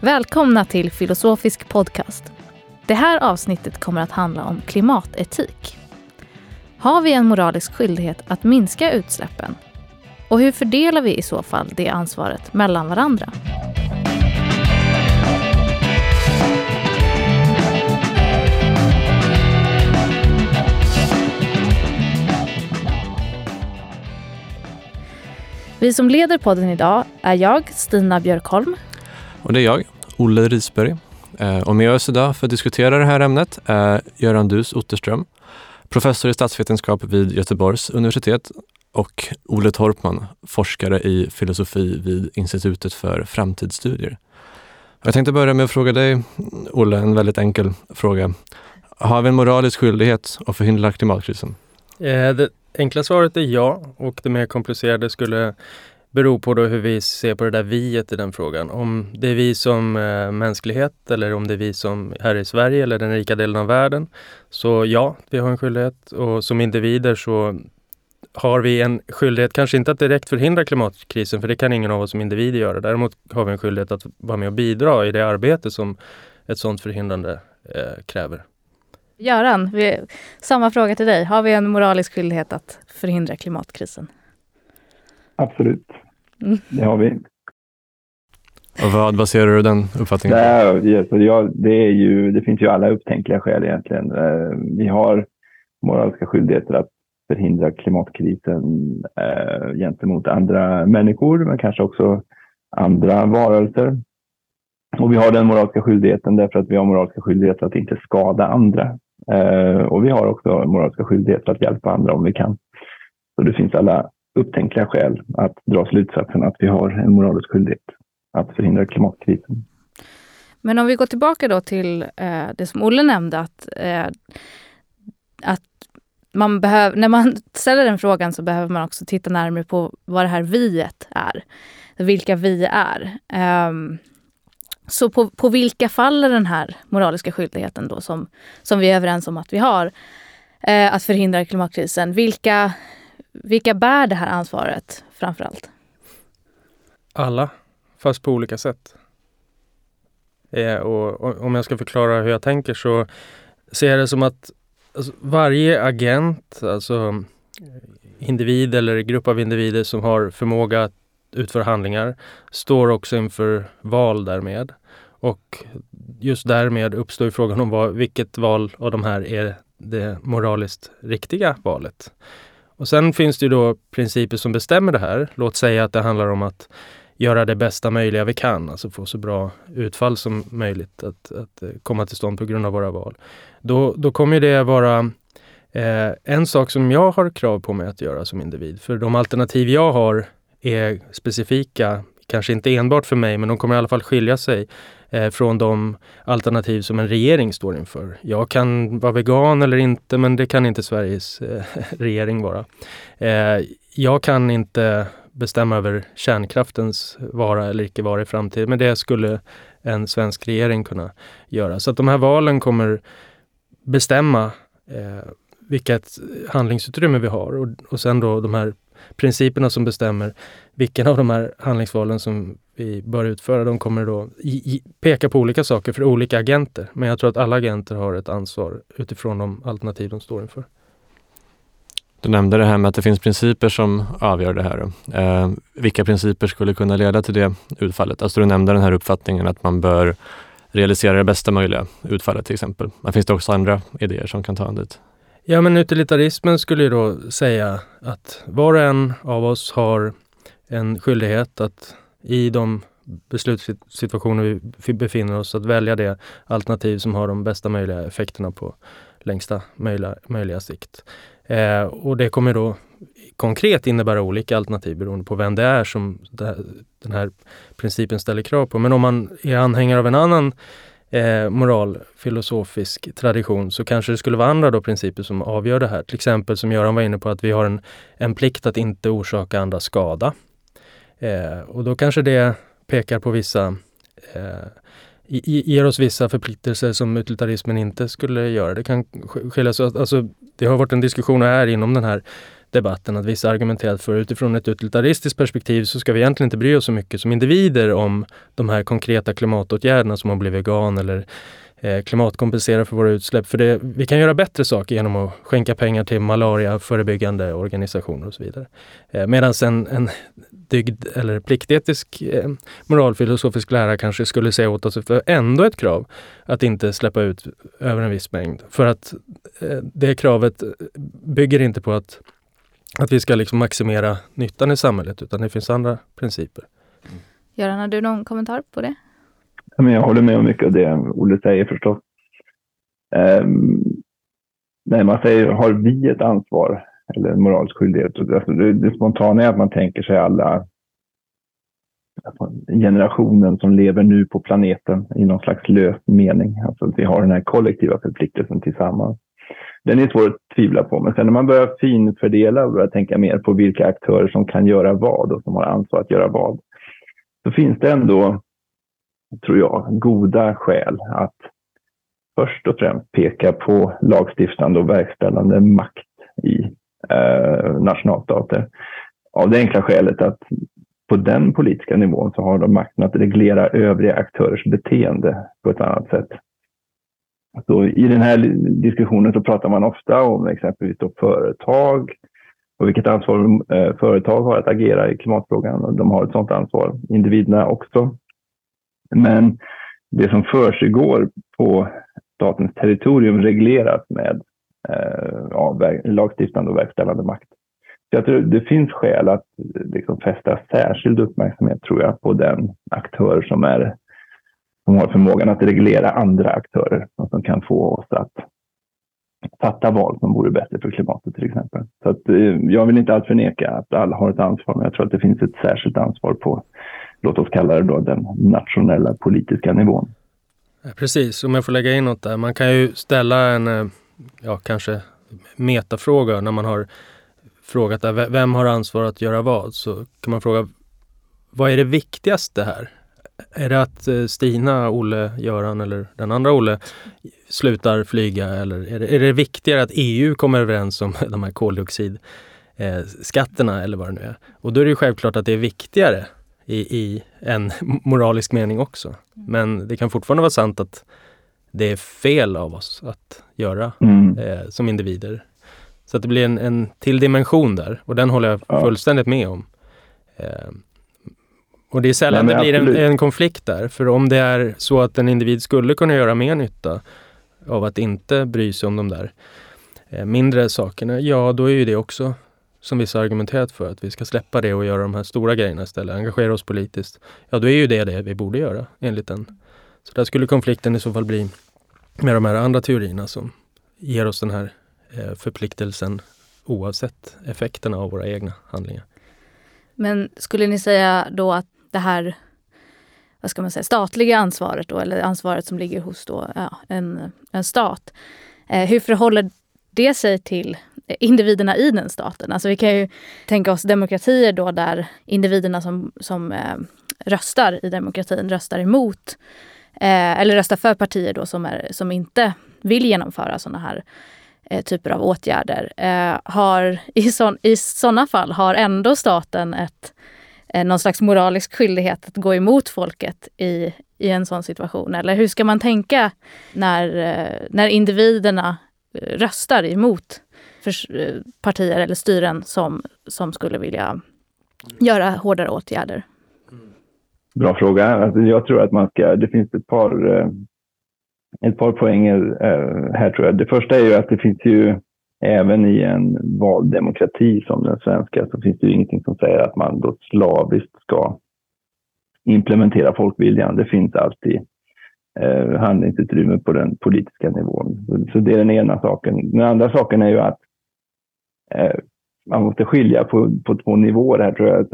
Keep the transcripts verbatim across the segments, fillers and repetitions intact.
Välkomna till Filosofisk podcast. Det här avsnittet kommer att handla om klimatetik. Har vi en moralisk skyldighet att minska utsläppen? Och hur fördelar vi i så fall det ansvaret mellan varandra? Vi som leder podden idag är jag, Stina Björkholm. Och det är jag, Olle Risberg. Och med oss idag för att diskutera det här ämnet är Göran Dus Otterström, professor i statsvetenskap vid Göteborgs universitet, och Olle Torpman, forskare i filosofi vid Institutet för framtidsstudier. Jag tänkte börja med att fråga dig, Olle, en väldigt enkel fråga. Har vi en moralisk skyldighet att förhindra klimatkrisen? Eh, det enkla svaret är ja, och det mer komplicerade skulle bero på då hur vi ser på det där viet i den frågan. Om det är vi som eh, mänsklighet eller om det är vi som här i Sverige eller den rika delen av världen. Så ja, vi har en skyldighet, och som individer så har vi en skyldighet, kanske inte att direkt förhindra klimatkrisen, för det kan ingen av oss som individer göra. Däremot har vi en skyldighet att vara med och bidra i det arbete som ett sådant förhindrande eh, kräver. Göran, vi, samma fråga till dig. Har vi en moralisk skyldighet att förhindra klimatkrisen? Absolut, det har vi. Och vad baserar du den uppfattningen på? Det, så ja, det, är ju, det finns ju alla upptänkliga skäl egentligen. Vi har moraliska skyldigheter att förhindra klimatkrisen eh, gentemot andra människor, men kanske också andra varelser. Och vi har den moraliska skyldigheten därför att vi har moraliska skyldigheter att inte skada andra. Eh, och vi har också moraliska skyldigheter att hjälpa andra om vi kan. Så det finns alla upptänkliga skäl att dra slutsatsen att vi har en moralisk skyldighet att förhindra klimatkrisen. Men om vi går tillbaka då till eh, det som Olle nämnde, att, eh, att man behöver, när man ställer den frågan så behöver man också titta närmare på vad det här viet är. Vilka vi är. Um, så på, på vilka faller den här moraliska skyldigheten då som, som vi är överens om att vi har eh, att förhindra klimatkrisen? Vilka, vilka bär det här ansvaret framförallt? Alla, fast på olika sätt. Eh, och, och om jag ska förklara hur jag tänker så ser jag det som att alltså, varje agent, alltså individ eller grupp av individer som har förmåga att utföra handlingar, står också inför val därmed. Och just därmed uppstår ju frågan om vad, vilket val av de här är det moraliskt riktiga valet. Och sen finns det ju då principer som bestämmer det här. Låt säga att det handlar om att göra det bästa möjliga vi kan, alltså få så bra utfall som möjligt att, att komma till stånd på grund av våra val. Då, då kommer det vara eh, en sak som jag har krav på mig att göra som individ. För de alternativ jag har är specifika, kanske inte enbart för mig, men de kommer i alla fall skilja sig eh, från de alternativ som en regering står inför. Jag kan vara vegan eller inte, men det kan inte Sveriges eh, regering vara. Eh, jag kan inte bestämma över kärnkraftens vara eller icke vara i framtiden, men det skulle en svensk regering kunna göra. Så att de här valen kommer bestämma eh, vilket handlingsutrymme vi har, och, och sen då de här principerna som bestämmer vilken av de här handlingsvalen som vi bör utföra, de kommer då i, i, peka på olika saker för olika agenter. Men jag tror att alla agenter har ett ansvar utifrån de alternativ de står inför. Du nämnde det här med att det finns principer som avgör det här. Eh, vilka principer skulle kunna leda till det utfallet? Alltså du nämnde den här uppfattningen att man bör realisera det bästa möjliga utfallet till exempel. Men finns det också andra idéer som kan ta en dit? Ja, men utilitarismen skulle ju då säga att var och en av oss har en skyldighet att i de beslutssituationer vi befinner oss att välja det alternativ som har de bästa möjliga effekterna på längsta möjliga, möjliga sikt. Eh, och det kommer då konkret innebära olika alternativ beroende på vem det är som det, den här principen ställer krav på. Men om man är anhängare av en annan Eh, moralfilosofisk tradition så kanske det skulle vara andra då principer som avgör det här. Till exempel som Göran var inne på att vi har en, en plikt att inte orsaka andra skada. Eh, och då kanske det pekar på vissa, eh, i, ger oss vissa förpliktelser som utilitarismen inte skulle göra. Det kan skilja sig, alltså det har varit en diskussion här inom den här debatten att vissa argumenterat för utifrån ett utilitaristiskt perspektiv så ska vi egentligen inte bry oss så mycket som individer om de här konkreta klimatåtgärderna som att bli vegan eller eh, klimatkompensera för våra utsläpp. För det, vi kan göra bättre saker genom att skänka pengar till malaria-förebyggande organisationer och så vidare. Eh, Medan en, en dygd eller pliktetisk eh, moralfilosofisk lärare kanske skulle säga åt oss för ändå ett krav att inte släppa ut över en viss mängd. För att eh, det kravet bygger inte på att, att vi ska liksom maximera nyttan i samhället, utan det finns andra principer. Göran, har du någon kommentar på det? Men jag håller med om mycket av det Olle säger förstås. Um, nej, man säger, har vi ett ansvar eller en moralisk skyldighet? Alltså det, det spontana är att man tänker sig alla alltså generationen som lever nu på planeten i någon slags lös mening. Alltså att vi har den här kollektiva förpliktelsen tillsammans. Den är svår att tvivla på, men sen när man börjar finfördela och börjar tänka mer på vilka aktörer som kan göra vad och som har ansvar att göra vad, så finns det ändå, tror jag, goda skäl att först och främst peka på lagstiftande och verkställande makt i eh, nationalstater. Av det enkla skälet att på den politiska nivån så har de makten att reglera övriga aktörers beteende på ett annat sätt. Så i den här diskussionen så pratar man ofta om exempelvis då företag och vilket ansvar eh, företag har att agera i klimatfrågan, och de har ett sådant ansvar, individerna också. Men det som försiggår på statens territorium regleras med eh, ja, lagstiftande och verkställande makt. Så jag tror det finns skäl att liksom fästa särskild uppmärksamhet, tror jag, på den aktör som, är, som har förmågan att reglera andra aktörer och som kan få oss att fatta val som vore bättre för klimatet till exempel. Så att, eh, jag vill inte alls förneka att alla har ett ansvar, men jag tror att det finns ett särskilt ansvar på, låt oss kalla det då, den nationella politiska nivån. Ja, precis, om jag får lägga in något där. Man kan ju ställa en, ja, kanske metafråga när man har frågat där, vem har ansvar att göra vad? Så kan man fråga, vad är det viktigaste här? Är det att Stina, Olle, Göran eller den andra Olle slutar flyga? Eller är det, är det viktigare att E U kommer överens om de här koldioxidskatterna eller vad det nu är? Och då är det ju självklart att det är viktigare i, i en moralisk mening också. Men det kan fortfarande vara sant att det är fel av oss att göra mm. eh, som individer. Så att det blir en, en till dimension där. Och den håller jag ja. fullständigt med om. Eh, och det är sällan Nej, det blir en, en konflikt där. För om det är så att en individ skulle kunna göra mer nytta av att inte bry sig om de där eh, mindre sakerna, ja, då är ju det också som vissa argumenterat för, att vi ska släppa det och göra de här stora grejerna istället, engagera oss politiskt. Ja, då är ju det det vi borde göra enligt den. Så där skulle konflikten i så fall bli med de här andra teorierna som ger oss den här eh, förpliktelsen oavsett effekterna av våra egna handlingar. Men skulle ni säga då att det här, vad ska man säga, statliga ansvaret då, eller ansvaret som ligger hos då, ja, en, en stat, eh, hur förhåller det sig till individerna i den staten? Alltså vi kan ju tänka oss demokratier då där individerna som, som eh, röstar i demokratin röstar emot eh, eller röstar för partier då som, är, som inte vill genomföra sådana här eh, typer av åtgärder. Eh, har, i, sån, I sådana fall har ändå staten ett, eh, någon slags moralisk skyldighet att gå emot folket i, i en sån situation? Eller hur ska man tänka när, eh, när individerna röstar emot för partier eller styren som, som skulle vilja göra hårdare åtgärder? Bra fråga. Alltså jag tror att man ska, det finns ett par, ett par poänger här tror jag. Det första är ju att det finns ju även i en valdemokrati som den svenska, så finns det ju ingenting som säger att man då slaviskt ska implementera folkviljan. Det finns alltid Eh, handlingsutrymme på den politiska nivån. Så det är den ena saken. Den andra saken är ju att eh, man måste skilja på, på två nivåer här tror jag.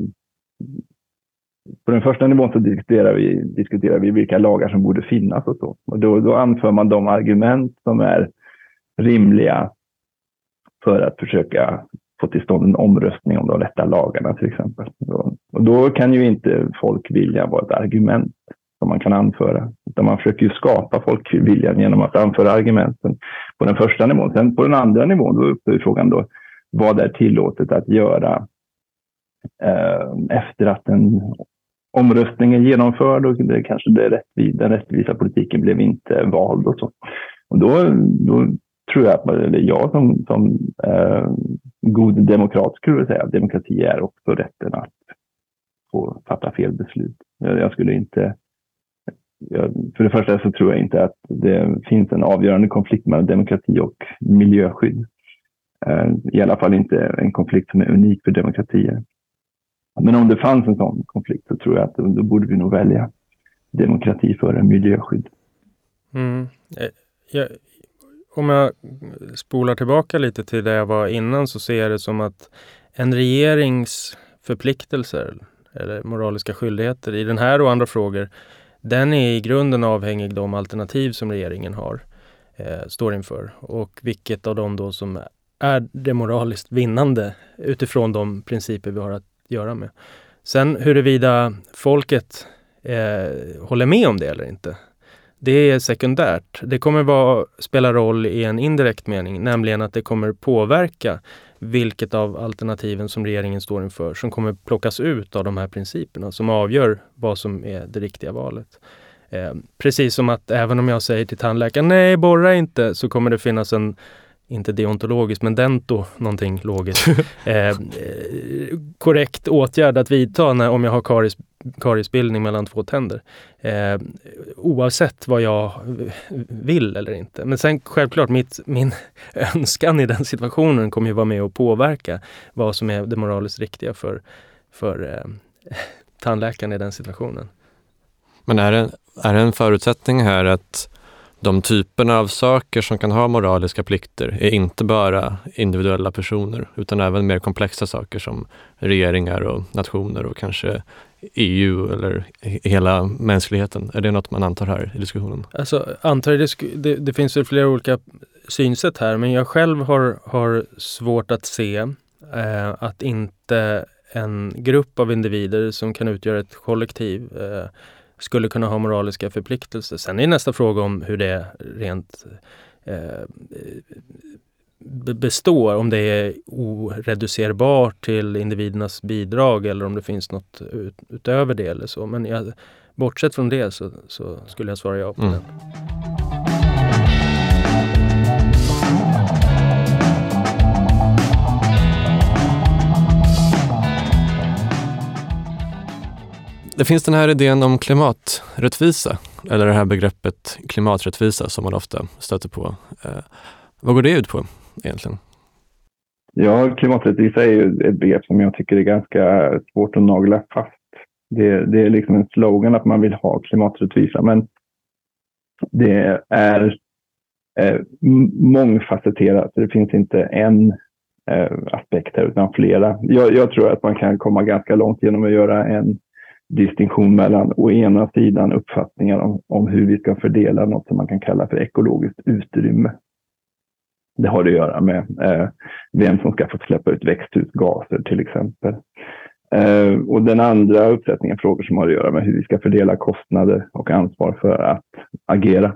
På den första nivån så diskuterar vi, diskuterar vi vilka lagar som borde finnas och så. Och då, då anför man de argument som är rimliga för att försöka få till stånd en omröstning om de rätta lagarna till exempel. Och då kan ju inte folkvilja vara ett argument som man kan anföra. Utan man försöker ju skapa folkviljan genom att anföra argumenten på den första nivån. Sen på den andra nivån då uppstår frågan då, vad är tillåtet att göra eh, efter att en omröstning är genomförd och det kanske det rättvis, den rättvisa politiken blev inte vald och så. Och då, då tror jag att eller jag som, som eh, god demokrat skulle säga att demokrati är också rätten att få fatta fel beslut. Jag, jag skulle inte jag, för det första så tror jag inte att det finns en avgörande konflikt mellan demokrati och miljöskydd. Eh, I alla fall inte en konflikt som är unik för demokratier. Men om det fanns en sån konflikt så tror jag att då borde vi nog välja demokrati före miljöskydd. Mm. Jag, om jag spolar tillbaka lite till det jag var innan så ser jag det som att en regerings förpliktelser eller moraliska skyldigheter i den här och andra frågor, den är i grunden avhängig de alternativ som regeringen har, eh, står inför. Och vilket av dem då som är det moraliskt vinnande utifrån de principer vi har att göra med. Sen huruvida folket eh, håller med om det eller inte, det är sekundärt. Det kommer vara, spela roll i en indirekt mening, nämligen att det kommer påverka vilket av alternativen som regeringen står inför som kommer plockas ut av de här principerna som avgör vad som är det riktiga valet. Eh, precis som att även om jag säger till tandläkaren, nej borra inte, så kommer det finnas en, inte deontologiskt, men dento, någonting logiskt, eh, korrekt åtgärd att vidta när, om jag har karies, kariesbildning mellan två tänder. Eh, oavsett vad jag vill eller inte. Men sen självklart, mitt, min önskan i den situationen kommer ju vara med och påverka vad som är det moraliskt riktiga för, för eh, tandläkaren i den situationen. Men är det, är det en förutsättning här att de typerna av saker som kan ha moraliska plikter är inte bara individuella personer utan även mer komplexa saker som regeringar och nationer och kanske E U eller hela mänskligheten? Är det något man antar här i diskussionen? Alltså, antar det, det, det finns ju flera olika synsätt här, men jag själv har, har svårt att se eh, att inte en grupp av individer som kan utgöra ett kollektiv eh, skulle kunna ha moraliska förpliktelser. Sen är nästa fråga om hur det rent eh, består, om det är oreducerbart till individernas bidrag eller om det finns något ut, utöver det eller så. Men jag, bortsett från det så, så skulle jag svara ja på mm. den. Det finns den här idén om klimaträttvisa, eller det här begreppet klimaträttvisa som man ofta stöter på. Eh, vad går det ut på egentligen? Ja, klimaträttvisa är ju ett begrepp som jag tycker är ganska svårt att nagla fast. Det, det är liksom en slogan att man vill ha klimaträttvisa, men det är eh, mångfacetterat. Det finns inte en eh, aspekt här utan flera. Jag, jag tror att man kan komma ganska långt genom att göra en distinktion mellan å ena sidan uppfattningar om, om hur vi ska fördela något som man kan kalla för ekologiskt utrymme. Det har det att göra med eh, vem som ska få släppa ut växthusgaser till exempel. Eh, och den andra uppsättningen frågor som har att göra med hur vi ska fördela kostnader och ansvar för att agera.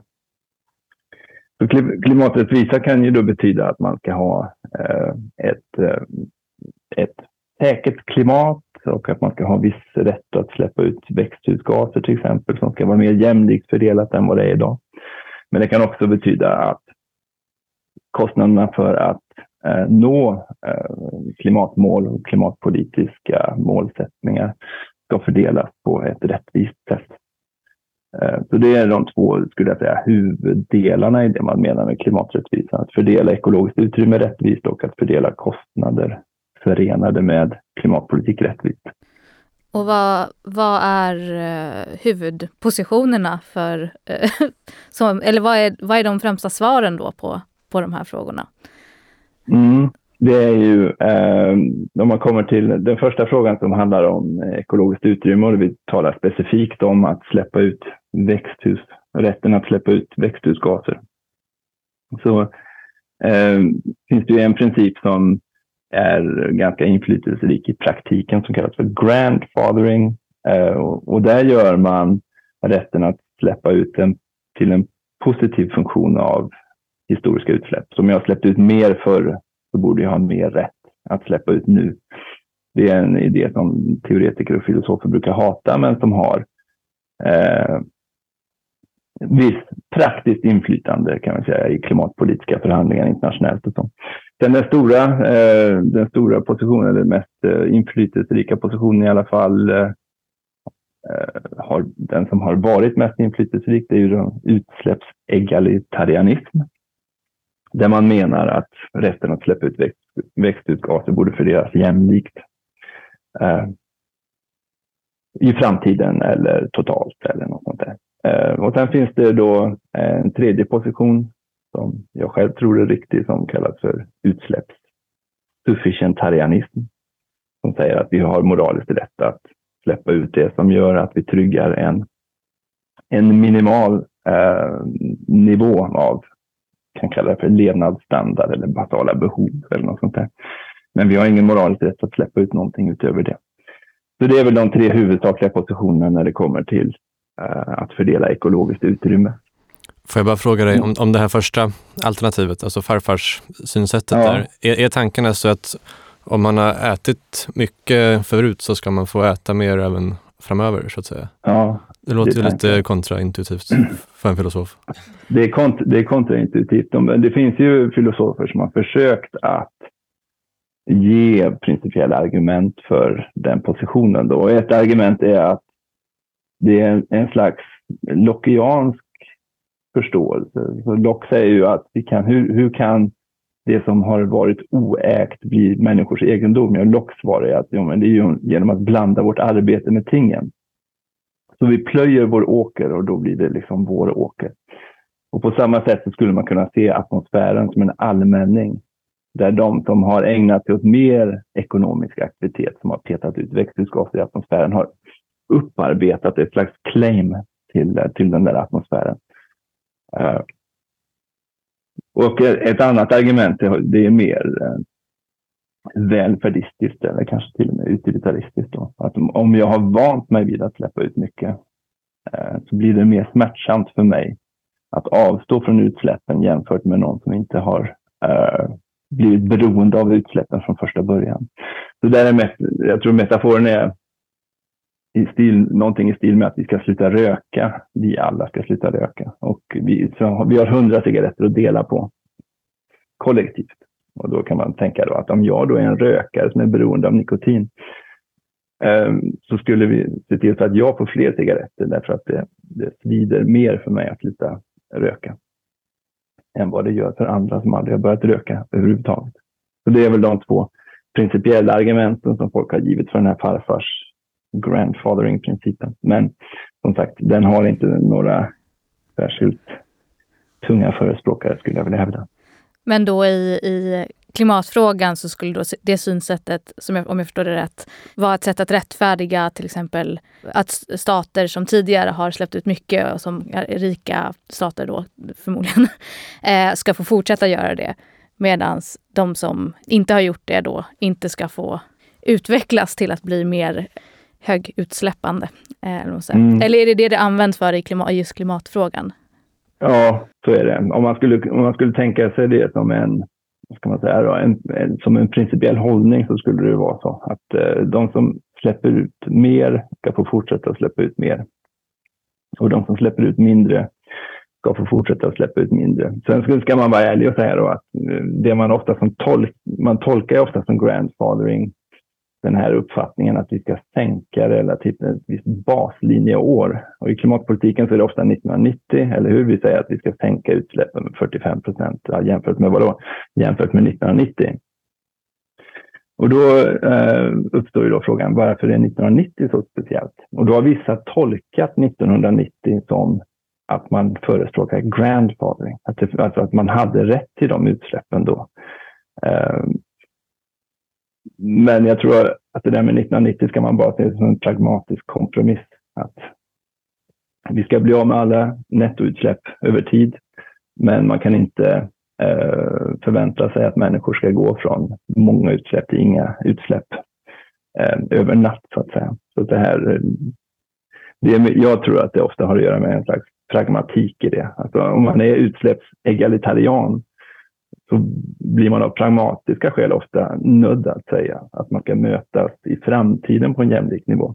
Så klimaträttvisa kan ju då betyda att man ska ha eh, ett, eh, ett säkert klimat och att man ska ha viss rätt att släppa ut växthusgaser till exempel som ska vara mer jämlikt fördelat än vad det är idag. Men det kan också betyda att kostnaderna för att eh, nå eh, klimatmål och klimatpolitiska målsättningar ska fördelas på ett rättvist sätt. Eh, så det är de två, skulle jag säga, huvuddelarna i det man menar med klimaträttvisa. Att fördela ekologiskt utrymme rättvist och att fördela kostnader förenade med klimatpolitik rättvist. Och vad, vad är uh, huvudpositionerna för, uh, som, eller vad är, vad är de främsta svaren då på, på de här frågorna? Mm, det är ju, eh, om man kommer till den första frågan som handlar om ekologiskt utrymme och vi talar specifikt om att släppa ut växthus, rätten att släppa ut växthusgaser. Så eh, finns det ju en princip som är ganska inflytelserik i praktiken som kallas för grandfathering. Eh, och, och där gör man rätten att släppa ut en, till en positiv funktion av historiska utsläpp. Så om jag har släppt ut mer förr så borde jag ha mer rätt att släppa ut nu. Det är en idé som teoretiker och filosofer brukar hata, men som har eh, viss praktiskt inflytande kan man säga i klimatpolitiska förhandlingar internationellt och så. Sen den stora, eh, den stora positionen, eller mest eh, inflytelserika positionen i alla fall, eh, har, den som har varit mest inflytelserik, det är ju utsläppsegalitarianism. Där man menar att rätten att släppa ut växt, växthusgaser borde fördelas jämlikt eh, i framtiden eller totalt eller något sånt där. Eh, och sen finns det då en tredje position som jag själv tror är riktig, som kallas för utsläppssufficientarianism. Som säger att vi har moraliskt rätt att släppa ut det som gör att vi tryggar en, en minimal eh, nivå av, kan kalla det för levnadsstandard eller basala behov eller något sånt där. Men vi har ingen moralisk rätt att släppa ut någonting utöver det. Så det är väl de tre huvudsakliga positionerna när det kommer till uh, att fördela ekologiskt utrymme. Får jag bara fråga dig om, om det här första alternativet, alltså farfars synsättet ja. där. Är, är tanken alltså att om man har ätit mycket förut så ska man få äta mer även framöver, så att säga? Ja. Det låter det ju lite kontraintuitivt för en filosof. Det är, kont- det är kontraintuitivt. De, det finns ju filosofer som har försökt att ge principiella argument för den positionen. Då. Ett argument är att det är en, en slags lockiansk förståelse. Så Locke säger ju att vi kan, hur, hur kan det som har varit oägt bli människors egendom? Och Lockes svar är att ja, men det är ju genom att blanda vårt arbete med tingen. Så vi plöjer vår åker och då blir det liksom vår åker. Och på samma sätt så skulle man kunna se atmosfären som en allmänning. Där de som har ägnat sig åt mer ekonomisk aktivitet, som har petat ut växthusgaser i atmosfären, har upparbetat ett slags claim till, till den där atmosfären. Uh, och ett annat argument, det är mer uh, välfärdistiskt eller kanske till och med utilitaristiskt. Då. Att om jag har vant mig vid att släppa ut mycket uh, så blir det mer smärtsamt för mig att avstå från utsläppen jämfört med någon som inte har uh, blivit beroende av utsläppen från första början. Så där är met- jag tror metaforen är i stil, någonting i stil med att vi ska sluta röka. Vi alla ska sluta röka. Och vi, så, vi har hundra cigaretter att dela på kollektivt. Och då kan man tänka då att om jag då är en rökare som är beroende av nikotin eh, så skulle vi se till så att jag får fler cigaretter därför att det, det svider mer för mig att sluta röka än vad det gör för andra som aldrig har börjat röka överhuvudtaget. Så det är väl de två principiella argumenten som folk har givit för den här farfars grandfathering-principen. Men som sagt, den har inte några särskilt tunga förespråkare, skulle jag vilja hävda. Men då i, i klimatfrågan så skulle då det synsättet, som jag, om jag förstår det rätt, vara ett sätt att rättfärdiga till exempel att stater som tidigare har släppt ut mycket och som är rika stater då förmodligen eh, ska få fortsätta göra det, medan de som inte har gjort det då inte ska få utvecklas till att bli mer högutsläppande. Eh, eller, mm. eller är det det det används för i klimat, just klimatfrågan? Ja, så är det. Om man skulle, om man skulle tänka sig det som en, vad ska man säga då, en, en, som en principiell hållning, så skulle det vara så att eh, de som släpper ut mer ska få fortsätta att släppa ut mer. Och de som släpper ut mindre ska få fortsätta att släppa ut mindre. Sen ska man vara ärlig och säga då att det man ofta som tolk, man tolkar ofta som grandfathering den här uppfattningen att vi ska sänka relativt ett visst baslinjeår. Och i klimatpolitiken så är det ofta nittonhundranittio, eller hur? Vi säger att vi ska sänka utsläppen med fyrtiofem procent ja, jämfört med vad då? Jämfört med nittonhundranittio. Och då eh, uppstår ju då frågan, varför är nittonhundranittio så speciellt? Och då har vissa tolkat nittonhundranittio som att man förespråkar grandfathering. Att det, alltså att man hade rätt till de utsläppen då. Eh, Men jag tror att det där med nittonhundranittio ska man bara se som en pragmatisk kompromiss. Att vi ska bli av med alla nettoutsläpp över tid. Men man kan inte eh, förvänta sig att människor ska gå från många utsläpp till inga utsläpp eh, över natt, så att säga. Så det här, det, jag tror att det ofta har att göra med en slags pragmatik i det. Alltså, om man är utsläppsegalitarian så blir man av pragmatiska skäl ofta nödd att säga att man ska mötas i framtiden på en jämlik nivå.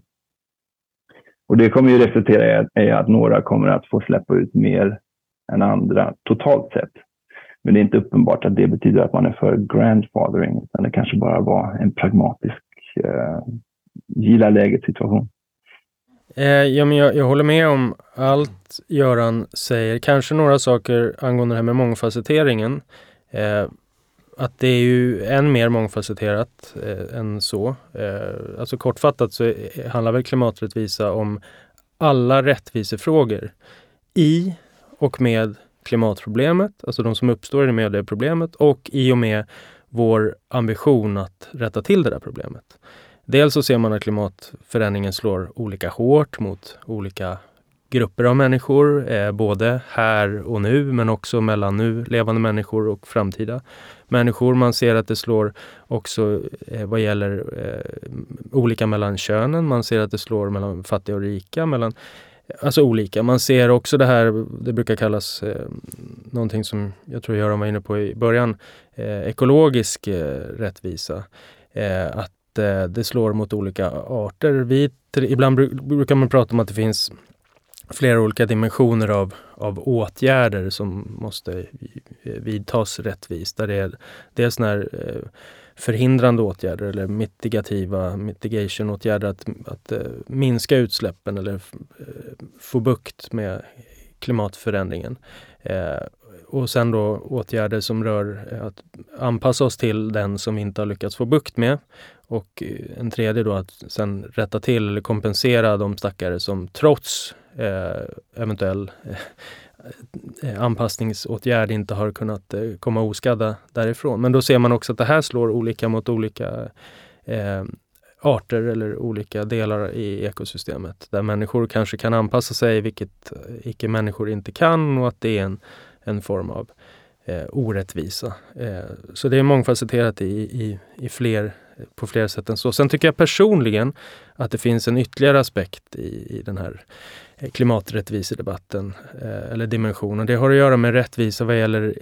Och det kommer ju resultera i att några kommer att få släppa ut mer än andra totalt sett. Men det är inte uppenbart att det betyder att man är för grandfathering, utan det kanske bara var en pragmatisk eh, gilla läget situation. Eh, ja, men jag, jag håller med om allt Göran säger. Kanske några saker angående det här med mångfaceteringen. Eh, att det är ju än mer mångfacetterat eh, än så. Eh, alltså kortfattat så är, handlar väl klimaträttvisa om alla rättvisefrågor i och med klimatproblemet, alltså de som uppstår i med det problemet, och i och med vår ambition att rätta till det där problemet. Dels så ser man att klimatförändringen slår olika hårt mot olika grupper av människor, eh, både här och nu, men också mellan nu levande människor och framtida människor. Man ser att det slår också eh, vad gäller eh, olika mellan könen. Man ser att det slår mellan fattiga och rika, mellan alltså olika. Man ser också det här, det brukar kallas eh, någonting som jag tror Göran var inne på i början, eh, ekologisk eh, rättvisa. Eh, att eh, det slår mot olika arter. Vi, ibland br- brukar man prata om att det finns flera olika dimensioner av, av åtgärder som måste vidtas rättvist. Där det är dels när eh, förhindrande åtgärder eller mitigativa mitigation-åtgärder att, att uh, minska utsläppen eller uh, få bukt med klimatförändringen. Uh, och sen då åtgärder som rör uh, att anpassa oss till den som vi inte har lyckats få bukt med. Och uh, en tredje då att sen rätta till eller kompensera de stackare som trots uh, eventuell uh, anpassningsåtgärd inte har kunnat eh, komma oskadda därifrån. Men då ser man också att det här slår olika mot olika eh, arter eller olika delar i ekosystemet. Där människor kanske kan anpassa sig, vilket icke-människor inte kan, och att det är en, en form av eh, orättvisa. Eh, så det är mångfacetterat i, i, i fler, på fler sätt än så. Sen tycker jag personligen att det finns en ytterligare aspekt i, i den här klimaträttvisedebatten eh, eller dimensionen. Det har att göra med rättvisa vad gäller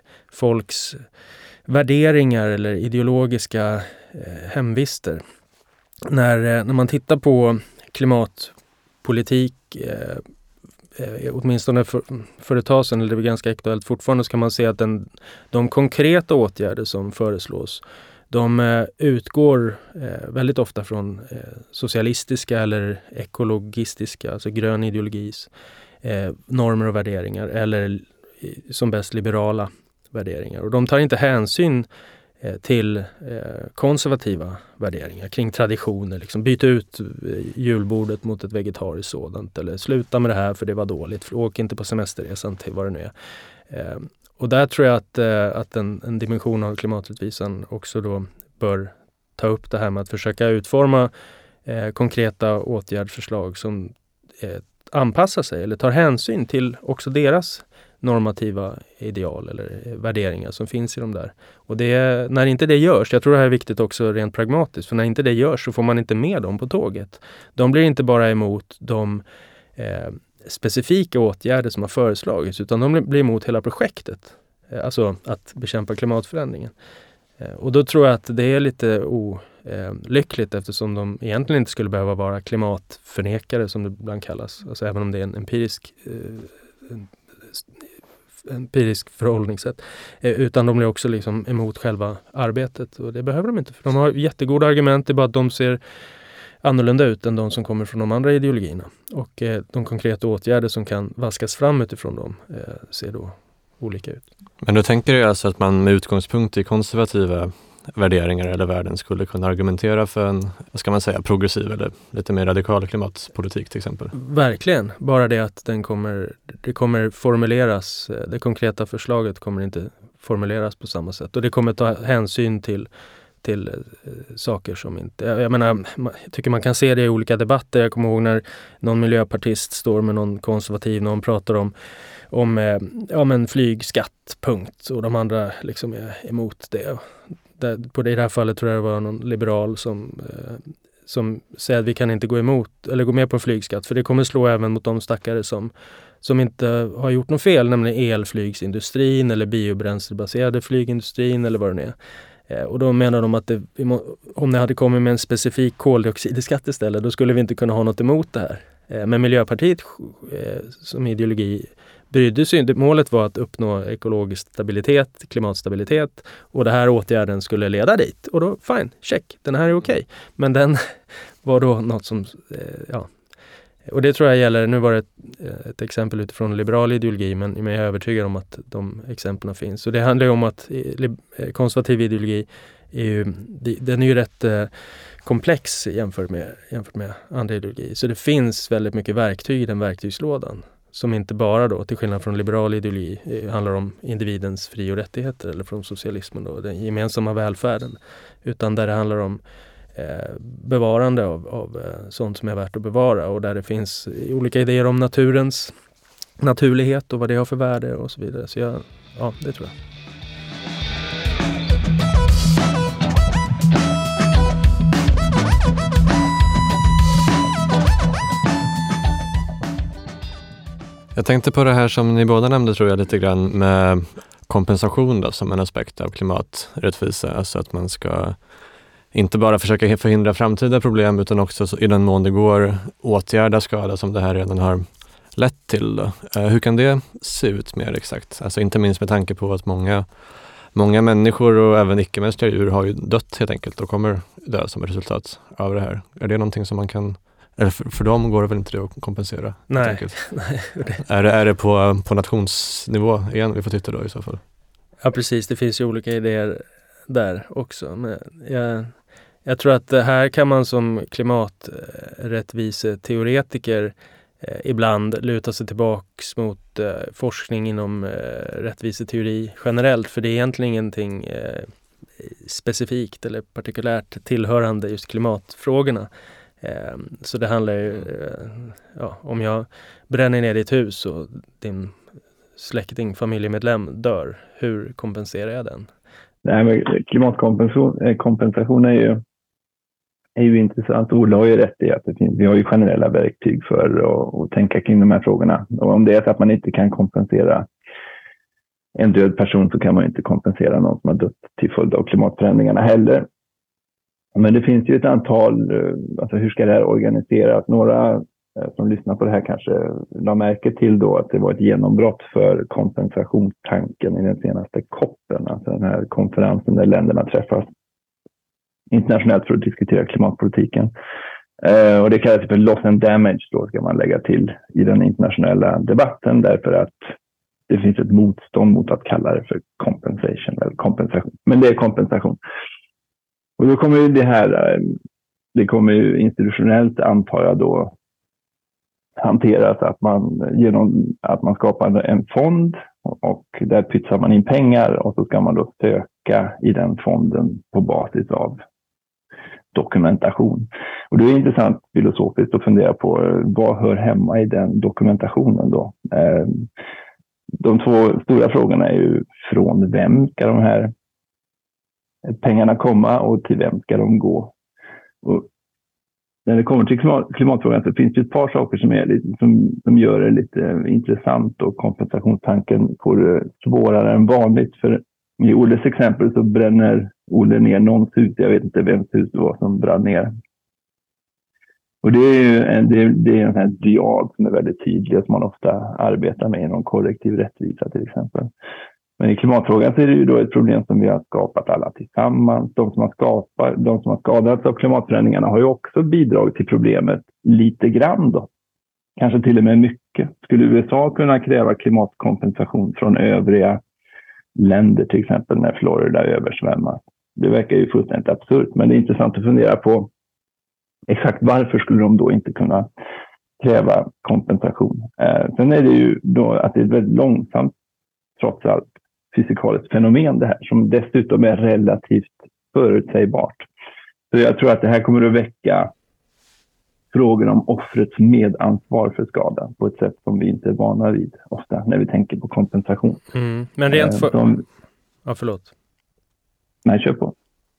folks värderingar eller ideologiska eh, hemvister. När, eh, när man tittar på klimatpolitik eh, eh, åtminstone för, för ett tag sedan, eller det är ganska aktuellt fortfarande, så kan man se att den, de konkreta åtgärder som föreslås, de eh, utgår eh, väldigt ofta från eh, socialistiska eller ekologistiska, alltså grön ideologis eh, normer och värderingar, eller som bäst liberala värderingar. Och de tar inte hänsyn eh, till eh, konservativa värderingar kring traditioner, liksom byta ut eh, julbordet mot ett vegetariskt sådant, eller sluta med det här för det var dåligt, för åk inte på semesterresan till vad det nu är. Eh, Och där tror jag att, eh, att en, en dimension av klimaträttvisan också då bör ta upp det här med att försöka utforma eh, konkreta åtgärdsförslag som eh, anpassar sig eller tar hänsyn till också deras normativa ideal eller värderingar som finns i de där. Och det, när inte det görs, jag tror det här är viktigt också rent pragmatiskt, för när inte det görs så får man inte med dem på tåget. De blir inte bara emot de eh, specifika åtgärder som har föreslagits, utan de blir emot hela projektet. Alltså att bekämpa klimatförändringen. Och då tror jag att det är lite olyckligt, eftersom de egentligen inte skulle behöva vara klimatförnekare som det ibland kallas. Alltså även om det är en empirisk, en empirisk förhållningssätt. Utan de blir också liksom emot själva arbetet. Och det behöver de inte, för de har jättegoda argument. Det är bara att de ser annorlunda ut än de som kommer från de andra ideologierna. Och eh, de konkreta åtgärder som kan vaskas fram utifrån dem eh, ser då olika ut. Men då tänker du alltså att man med utgångspunkt i konservativa värderingar eller värden skulle kunna argumentera för en, vad ska man säga, progressiv eller lite mer radikal klimatpolitik till exempel? Verkligen. Bara det att den kommer, det kommer formuleras, det konkreta förslaget kommer inte formuleras på samma sätt. Och det kommer ta hänsyn till till eh, saker som inte... Jag, jag menar, jag tycker man kan se det i olika debatter. Jag kommer ihåg när någon miljöpartist står med någon konservativ, någon pratar om, om eh, ja, men flygskatt, punkt. Och de andra liksom är emot det. Där, på det, i det här fallet tror jag det var någon liberal som, eh, som säger att vi kan inte gå emot eller gå med på en flygskatt, för det kommer slå även mot de stackare som, som inte har gjort något fel, nämligen elflygsindustrin eller biobränslebaserade flygindustrin eller vad det är. Eh, och då menar de att det, om det hade kommit med en specifik koldioxidskatt istället, då skulle vi inte kunna ha något emot det här. Eh, men Miljöpartiet eh, som ideologi brydde sig inte. Målet var att uppnå ekologisk stabilitet, klimatstabilitet, och det här åtgärden skulle leda dit. Och då, fine, check, den här är okej. Okay. Men den var då något som, eh, ja. Och det tror jag gäller, nu var det ett, ett exempel utifrån liberal ideologi, men, men jag är övertygad om att de exemplen finns. Och det handlar ju om att eh, konservativ ideologi är ju, den är ju rätt eh, komplex jämfört med, jämfört med andra ideologier. Så det finns väldigt mycket verktyg i den verktygslådan. Som inte bara då, till skillnad från liberal ideologi, handlar om individens fri- och rättigheter, eller från socialismen då, den gemensamma välfärden. Utan där det handlar om eh, bevarande av, av eh, sånt som är värt att bevara, och där det finns olika idéer om naturens naturlighet och vad det har för värde och så vidare. Så jag, ja, det tror jag. Jag tänkte på det här som ni båda nämnde, tror jag, lite grann med kompensation då, som en aspekt av klimaträttvisa. Alltså att man ska inte bara försöka förhindra framtida problem, utan också så, i den mån det går, åtgärda skada som det här redan har lett till. Då. Eh, hur kan det se ut mer exakt? Alltså inte minst med tanke på att många, många människor och även icke-mänskliga djur har ju dött helt enkelt och kommer dö som ett resultat av det här. Är det någonting som man kan... Eller för, för dem går det väl inte det att kompensera? Nej. Nej. Är det, är det på, på nationsnivå igen vi får titta då i så fall? Ja, precis. Det finns ju olika idéer där också. Men jag, jag tror att här kan man som klimaträttviseteoretiker eh, ibland luta sig tillbaks mot eh, forskning inom eh, rättviseteori generellt. För det är egentligen ingenting eh, specifikt eller partikulärt tillhörande just klimatfrågorna. Så det handlar ju, ja, om jag bränner ner ditt hus och din släkting, familjemedlem dör, hur kompenserar jag den? Nej, men klimatkompensation kompensation är ju, är ju intressant. Ola har ju rätt i att det finns, vi har ju generella verktyg för att, att tänka kring de här frågorna. Och om det är så att man inte kan kompensera en död person, så kan man inte kompensera någon som har dött till följd av klimatförändringarna heller. Men det finns ju ett antal, alltså hur ska det här organiseras? Några som lyssnar på det här kanske la märke till då att det var ett genombrott för kompensationstanken i den senaste COPen, alltså den här konferensen där länderna träffas internationellt för att diskutera klimatpolitiken. Och det kallas för loss and damage, då ska man lägga till i den internationella debatten, därför att det finns ett motstånd mot att kalla det för compensation eller kompensation. Men det är kompensation. Och då kommer ju det här, det kommer ju institutionellt, antar jag då, hanteras att man genom att man skapar en fond och där pytsar man in pengar, och så ska man då söka i den fonden på basis av dokumentation. Och det är intressant filosofiskt att fundera på vad hör hemma i den dokumentationen då. De två stora frågorna är ju: från vem ska de här pengarna komma och till vem ska de gå? Och när det kommer till klimat, klimatfrågan så finns det ett par saker som, är lite, som, som gör det lite intressant, och kompensationstanken får det svårare än vanligt. För i Olles exempel så bränner Olle ner någons hus. Jag vet inte vems hus det var som brann ner. Och det är ju en, det är, det är en här diag som är väldigt tydlig, som man ofta arbetar med inom kollektiv rättvisa till exempel. Men i klimatfrågan så är det ju då ett problem som vi har skapat alla tillsammans. De som har, skapat, de som har skadats av klimatförändringarna har ju också bidragit till problemet lite grann då. Kanske till och med mycket. Skulle U S A kunna kräva klimatkompensation från övriga länder, till exempel när Florida översvämmas? Det verkar ju fullständigt absurt, men det är intressant att fundera på exakt varför skulle de då inte kunna kräva kompensation. Eh, sen är det ju då att det är väldigt långsamt, trots allt, fysikaliskt fenomen det här, som dessutom är relativt förutsägbart. Så jag tror att det här kommer att väcka frågor om offrets medansvar för skadan på ett sätt som vi inte är vana vid ofta när vi tänker på kompensation. Mm. Men rent för... Som... Ja, förlåt. Nej, kör på.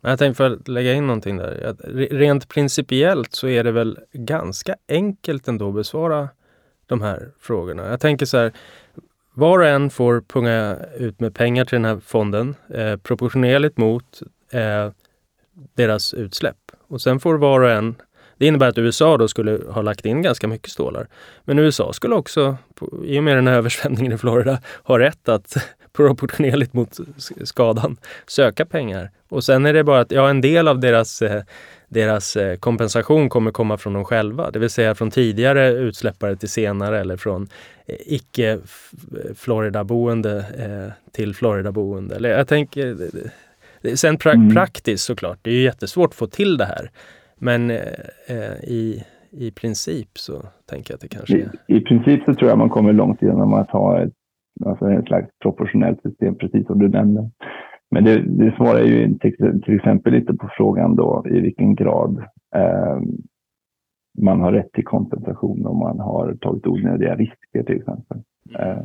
Jag tänkte för att lägga in någonting där. Att rent principiellt så är det väl ganska enkelt ändå att besvara de här frågorna. Jag tänker så här, var och en får punga ut med pengar till den här fonden eh, proportionerligt mot eh, deras utsläpp. Och sen får var och en, det innebär att U S A då skulle ha lagt in ganska mycket stålar. Men U S A skulle också, i och med den här översvämningen i Florida, ha rätt att proportionerligt mot skadan söka pengar. Och sen är det bara att ja, en del av deras, eh, deras eh, kompensation kommer komma från dem själva. Det vill säga från tidigare utsläppare till senare eller från eh, icke-Florida-boende eh, till Florida-boende. Eller, jag tänker, eh, sen pra- mm. praktiskt såklart, det är ju jättesvårt att få till det här. Men eh, i, i princip så tänker jag att det kanske är... I, I princip så tror jag man kommer långt genom att ha ett, alltså ett slags proportionellt system, precis som du nämnde. Men det, det svarar ju till, till exempel lite på frågan då i vilken grad eh, man har rätt till kompensation om man har tagit onödiga risker till exempel. Eh.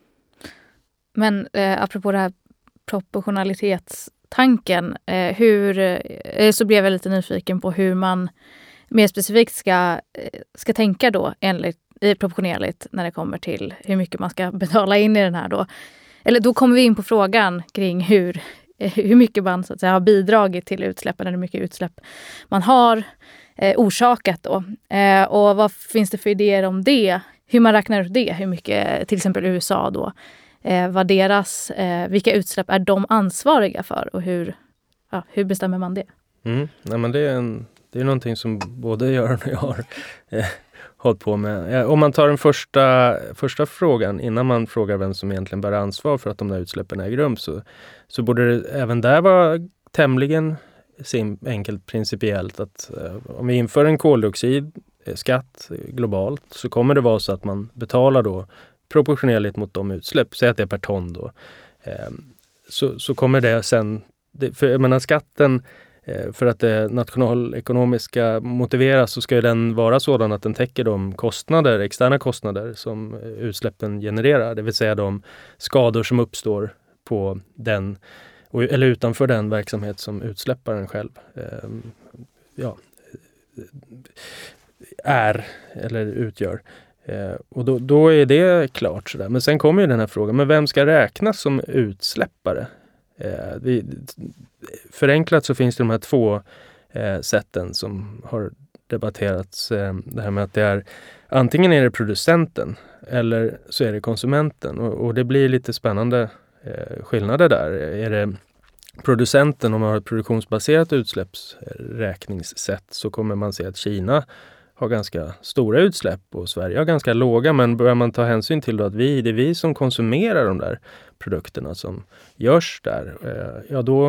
Men eh, apropå det här proportionalitetstanken, eh, hur, eh, så blev jag lite nyfiken på hur man mer specifikt ska, ska tänka då enligt, i proportionerligt när det kommer till hur mycket man ska betala in i den här då. Eller då kommer vi in på frågan kring hur, hur mycket man så att säga, har bidragit till utsläppen eller hur mycket utsläpp man har eh, orsakat då. Eh, och vad finns det för idéer om det? Hur man räknar ut det? Hur mycket till exempel U S A då? Eh, vad deras, eh, vilka utsläpp är de ansvariga för och hur, ja, hur bestämmer man det? Mm. Nej, men det är en, det är någonting som både Göran och jag har eh, hållit på med. Eh, om man tar den första, första frågan innan man frågar vem som egentligen bär ansvar för att de där utsläppen äger rum, så, så borde det även där vara tämligen sim, enkelt principiellt att eh, om vi inför en koldioxidskatt globalt så kommer det vara så att man betalar då proportionerligt mot de utsläpp, säg att det är per ton då, eh, så, så kommer det sen, det, för jag menar skatten, eh, för att det nationalekonomiska motiveras så ska den vara sådan att den täcker de kostnader, externa kostnader som utsläppen genererar, det vill säga de skador som uppstår på den, eller utanför den verksamhet som utsläpparen själv eh, ja, är eller utgör. Eh, och då, då är det klart sådär. Men sen kommer ju den här frågan, men vem ska räknas som utsläppare? Eh, vi, förenklat så finns det de här två eh, sätten som har debatterats. Eh, det här med att det är antingen är det producenten eller så är det konsumenten. Och, och det blir lite spännande eh, skillnader där. Är det producenten, om man har ett produktionsbaserat utsläppsräkningssätt, så kommer man se att Kina har ganska stora utsläpp och Sverige har ganska låga, men börjar man ta hänsyn till då att vi, det är vi som konsumerar de där produkterna som görs där, ja då,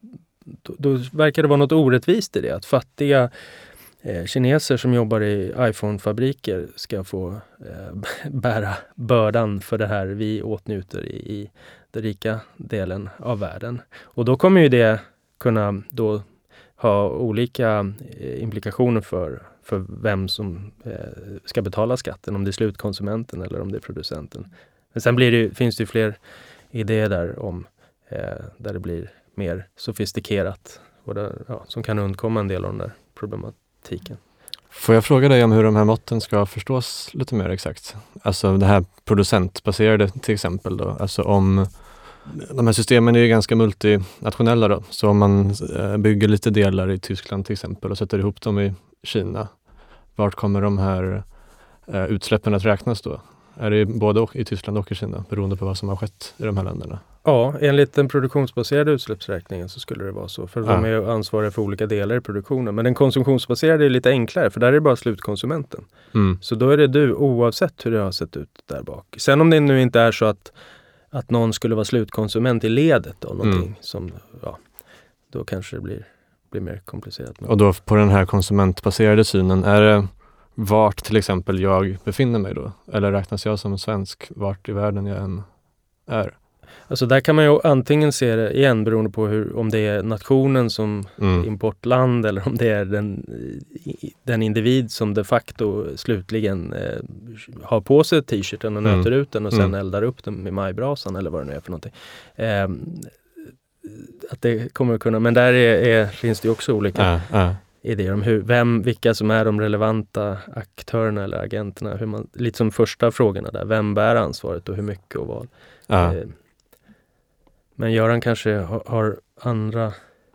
då, då verkar det vara något orättvist i det, att fattiga eh, kineser som jobbar i iPhone-fabriker ska få eh, bära bördan för det här vi åtnjuter i, i den rika delen av världen. Och då kommer ju det kunna då ha olika eh, implikationer för för vem som eh, ska betala skatten, om det är slutkonsumenten eller om det är producenten. Men sen blir det, finns det ju fler idéer där om eh, där det blir mer sofistikerat och där, ja, som kan undkomma en del av den där problematiken. Får jag fråga dig om hur de här måtten ska förstås lite mer exakt? Alltså det här producentbaserade till exempel då, alltså om de här systemen är ju ganska multinationella då, så om man bygger lite delar i Tyskland till exempel och sätter ihop dem i Kina, vart kommer de här eh, utsläppen att räknas då? Är det både i Tyskland och i Kina, beroende på vad som har skett i de här länderna? Ja, enligt den produktionsbaserade utsläppsräkningen så skulle det vara så. För ja. De är ansvariga för olika delar i produktionen. Men den konsumtionsbaserade är lite enklare, för där är det bara slutkonsumenten. Mm. Så då är det du, oavsett hur det har sett ut där bak. Sen om det nu inte är så att, att någon skulle vara slutkonsument i ledet då, någonting mm. som, ja, då kanske det blir... blir mer komplicerat. Och då på den här konsumentbaserade synen, är det vart till exempel jag befinner mig då? Eller räknas jag som svensk vart i världen jag än är? Alltså där kan man ju antingen se det igen beroende på hur, om det är nationen som mm. importland eller om det är den, den individ som de facto slutligen eh, har på sig t-shirten och nöter mm. ut den och sen mm. eldar upp den med majbrasan eller vad det nu är för någonting. Eh, Att, det kommer att kunna, men där är, är, finns det ju också olika Ja, ja. idéer om hur, vem, vilka som är de relevanta aktörerna eller agenterna. Hur man, lite som första frågorna där, vem bär ansvaret och hur mycket och vad. Ja. Eh, men Göran kanske har, har andra...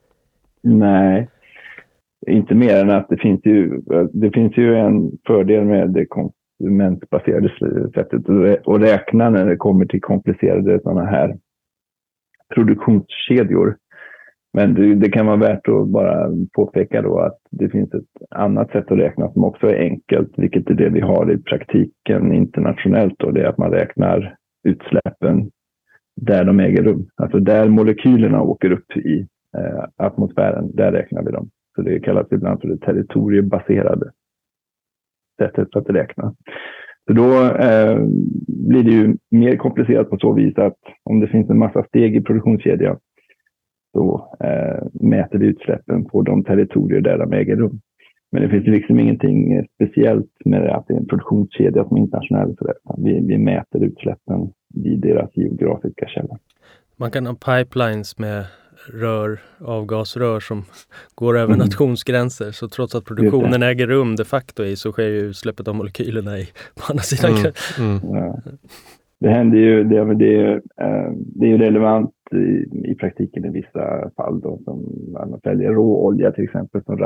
Nej, inte mer än att det finns ju, det finns ju en fördel med det konsumentbaserade sättet att räkna när det kommer till komplicerade sådana här produktionskedjor. Men det, det kan vara värt att bara påpeka då att det finns ett annat sätt att räkna som också är enkelt, vilket är det vi har i praktiken internationellt, och det är att man räknar utsläppen där de äger rum. Alltså där molekylerna åker upp i eh, atmosfären, där räknar vi dem. Så det kallas ibland för det territoriebaserade sättet att räkna. Så då eh, blir det ju mer komplicerat på så vis att om det finns en massa steg i produktionskedjan, så eh, mäter vi utsläppen på de territorier där de äger rum. Men det finns liksom ingenting speciellt med att det är en produktionskedja som är internationell. Så vi, vi mäter utsläppen vid deras geografiska källa. Man kan ha pipelines med rör, avgasrör som går över mm. nationsgränser. Så trots att produktionen äger rum de facto i, så sker ju utsläppet av molekylerna i, på andra sidan. Mm. Mm. Ja. Det händer ju, det, det, är, det är ju relevant i, i praktiken i vissa fall då, som man säljer råolja till exempel som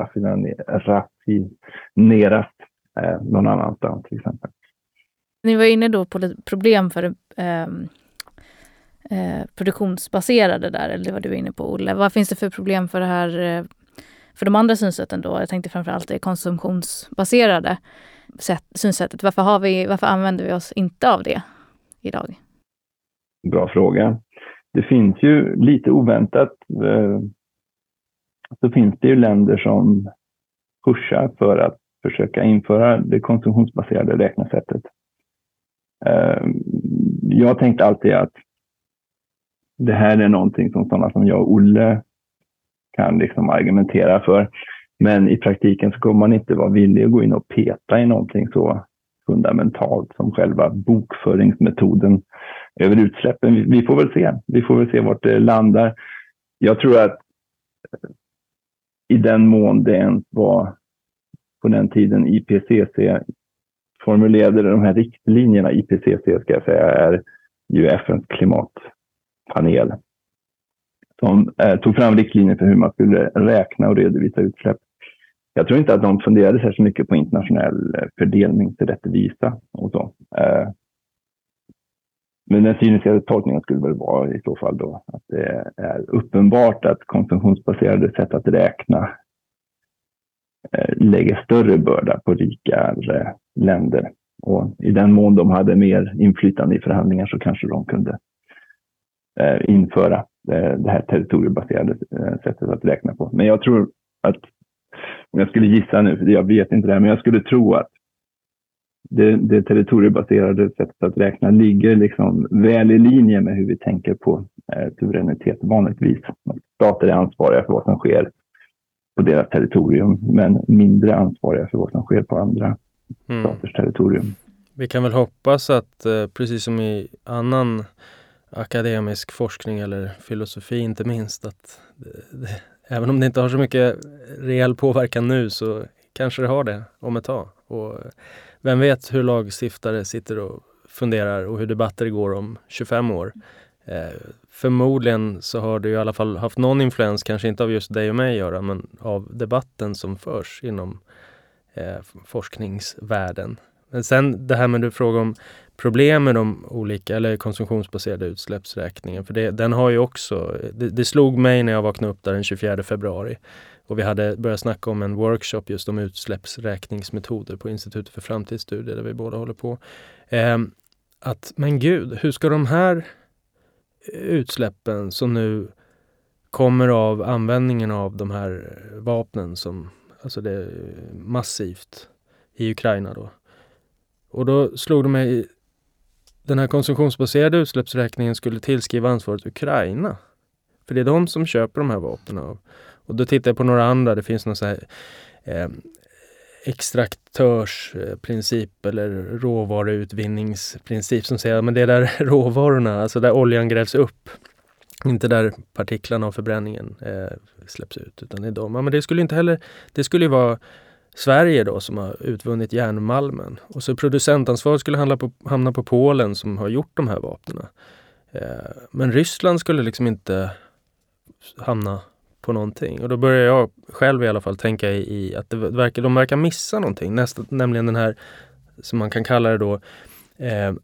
raffineras eh, någon annanstans till exempel. Ni var inne då på lite problem för eh, eh, produktionsbaserade där, eller det var du inne på, Olle. Vad finns det för problem för det här, eh, för de andra synsätten då? Jag tänkte framförallt det konsumtionsbaserade sätt, synsättet. Varför, har vi, varför använder vi oss inte av det idag? Bra fråga. Det finns ju lite oväntat, eh, så finns det ju länder som pushar för att försöka införa det konsumtionsbaserade räknesättet. Eh, jag tänkte alltid att det här är någonting som sådana som jag och Olle kan liksom argumentera för. Men i praktiken så kommer man inte vara villig att gå in och peta i någonting så fundamentalt som själva bokföringsmetoden över utsläppen. Vi, vi får väl se. Vi får väl se vart det landar. Jag tror att i den mån det ens var på den tiden I P C C formulerade de här riktlinjerna. I P C C ska jag säga är ju F N:s klimatpanel som eh, tog fram riktlinjer för hur man skulle räkna och redovisa utsläpp. Jag tror inte att de funderade så mycket på internationell fördelningsrättvisa och så. Eh, men den cyniska tolkningen skulle väl vara i så fall då att det är uppenbart att konsumtionsbaserade sätt att räkna eh, lägger större börda på rikare länder. Och i den mån de hade mer inflytande i förhandlingar så kanske de kunde eh, införa eh, det här territoriebaserade eh, sättet att räkna på. Men jag tror att, om jag skulle gissa nu, för jag vet inte det här, men jag skulle tro att det, det territoriebaserade sättet att räkna ligger liksom väl i linje med hur vi tänker på eh, suveränitet vanligtvis. Stater är ansvariga för vad som sker på deras territorium, men mindre ansvariga för vad som sker på andra mm. staters territorium. Vi kan väl hoppas att, eh, precis som i annan akademisk forskning eller filosofi inte minst, att det, det, även om det inte har så mycket reell påverkan nu så kanske det har det om ett tag. Och vem vet hur lagstiftare sitter och funderar och hur debatter går om tjugofem år. Eh, förmodligen så har det i alla fall haft någon influens, kanske inte av just dig och mig göra, men av debatten som förs inom eh, forskningsvärlden. Men sen det här med du frågar om problem med de olika eller konsumtionsbaserade utsläppsräkningen, för det, den har ju också, det, det slog mig när jag vaknade upp där den tjugofjärde februari och vi hade börjat snacka om en workshop just om utsläppsräkningsmetoder på Institutet för framtidsstudier där vi båda håller på. Eh, att, men gud, hur ska de här utsläppen som nu kommer av användningen av de här vapnen som, alltså det är massivt i Ukraina då. Och då slog de mig, den här konsumtionsbaserade utsläppsräkningen skulle tillskriva ansvaret Ukraina. För det är de som köper de här vapnen av. Och då tittar jag på några andra, det finns någon så här eh, extraktörsprincip eller råvaruutvinningsprincip som säger att det är där råvarorna, alltså där oljan grävs upp, Inte där partiklarna av förbränningen eh, släpps ut, utan i dem. Ja, men det skulle inte heller, det skulle ju vara Sverige då som har utvunnit järnmalmen. Och så producentansvar skulle handla på, hamna på Polen som har gjort de här vapnen. Eh, men Ryssland skulle liksom inte hamna på någonting. Och då börjar jag själv i alla fall tänka i, i att det verkar, de verkar missa någonting. Nästa, nämligen den här, som man kan kalla det då, eh,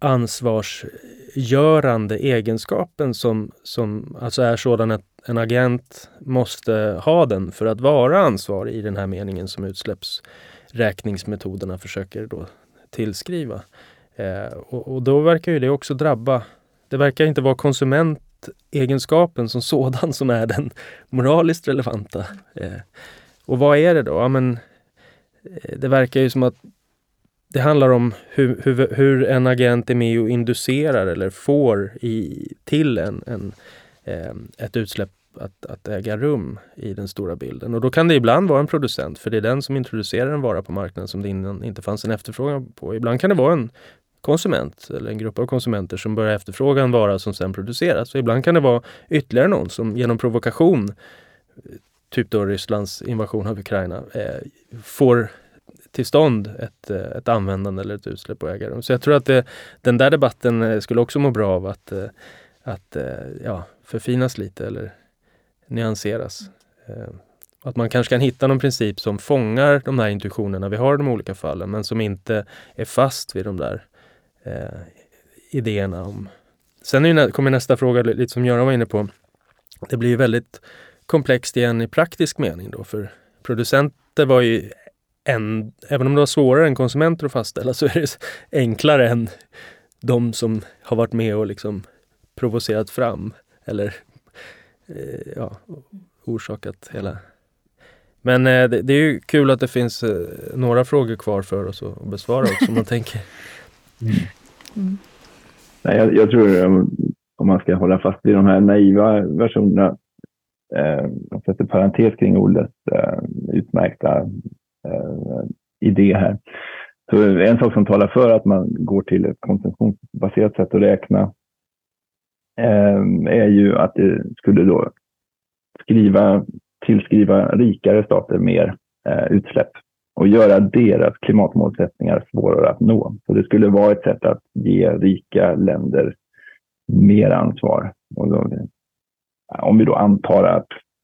ansvarsgörande egenskapen som, som alltså är sådan att en agent måste ha den för att vara ansvarig i den här meningen som utsläppsräkningsmetoderna försöker då tillskriva. Eh, och, och då verkar ju det också drabba, det verkar inte vara konsumentegenskapen som sådan som är den moraliskt relevanta. Eh, och vad är det då? Ja, men, eh, det verkar ju som att det handlar om hur, hur, hur en agent är med och inducerar eller får i, till en, en, eh, ett utsläpp att, att äga rum i den stora bilden. Och då kan det ibland vara en producent, för det är den som introducerar en vara på marknaden som det innan inte fanns en efterfrågan på. Ibland kan det vara en konsument eller en grupp av konsumenter som börjar efterfråga en vara som sedan produceras. Och ibland kan det vara ytterligare någon som genom provokation, typ då Rysslands invasion av Ukraina, eh, får till stånd ett, ett användande eller ett utsläpp på ägaren. Så jag tror att det, den där debatten skulle också må bra av att, att ja, förfinas lite eller nyanseras. Att man kanske kan hitta någon princip som fångar de här intuitionerna vi har i de olika fallen, men som inte är fast vid de där eh, idéerna om. Sen är ju, kommer nästa fråga lite som Göran var inne på. Det blir ju väldigt komplext igen i praktisk mening då, för producenter var ju en, även om det var svårare än konsumenter att fastställa, så är det enklare än de som har varit med och liksom provocerat fram eller eh, ja, orsakat hela. Men eh, det, det är ju kul att det finns eh, några frågor kvar för oss att besvara också, om man tänker. Mm. Mm. Nej, jag, jag tror om, om man ska hålla fast vid de här naiva versionerna, eh, jag sätter parentes kring ordet eh, utmärkta eh, idé här. Så en sak som talar för att man går till ett konsumtionsbaserat sätt att räkna eh, är ju att det skulle då skriva, tillskriva rikare stater mer eh, utsläpp och göra deras klimatmålsättningar svårare att nå. Så det skulle vara ett sätt att ge rika länder mer ansvar. Och då, om vi då antar att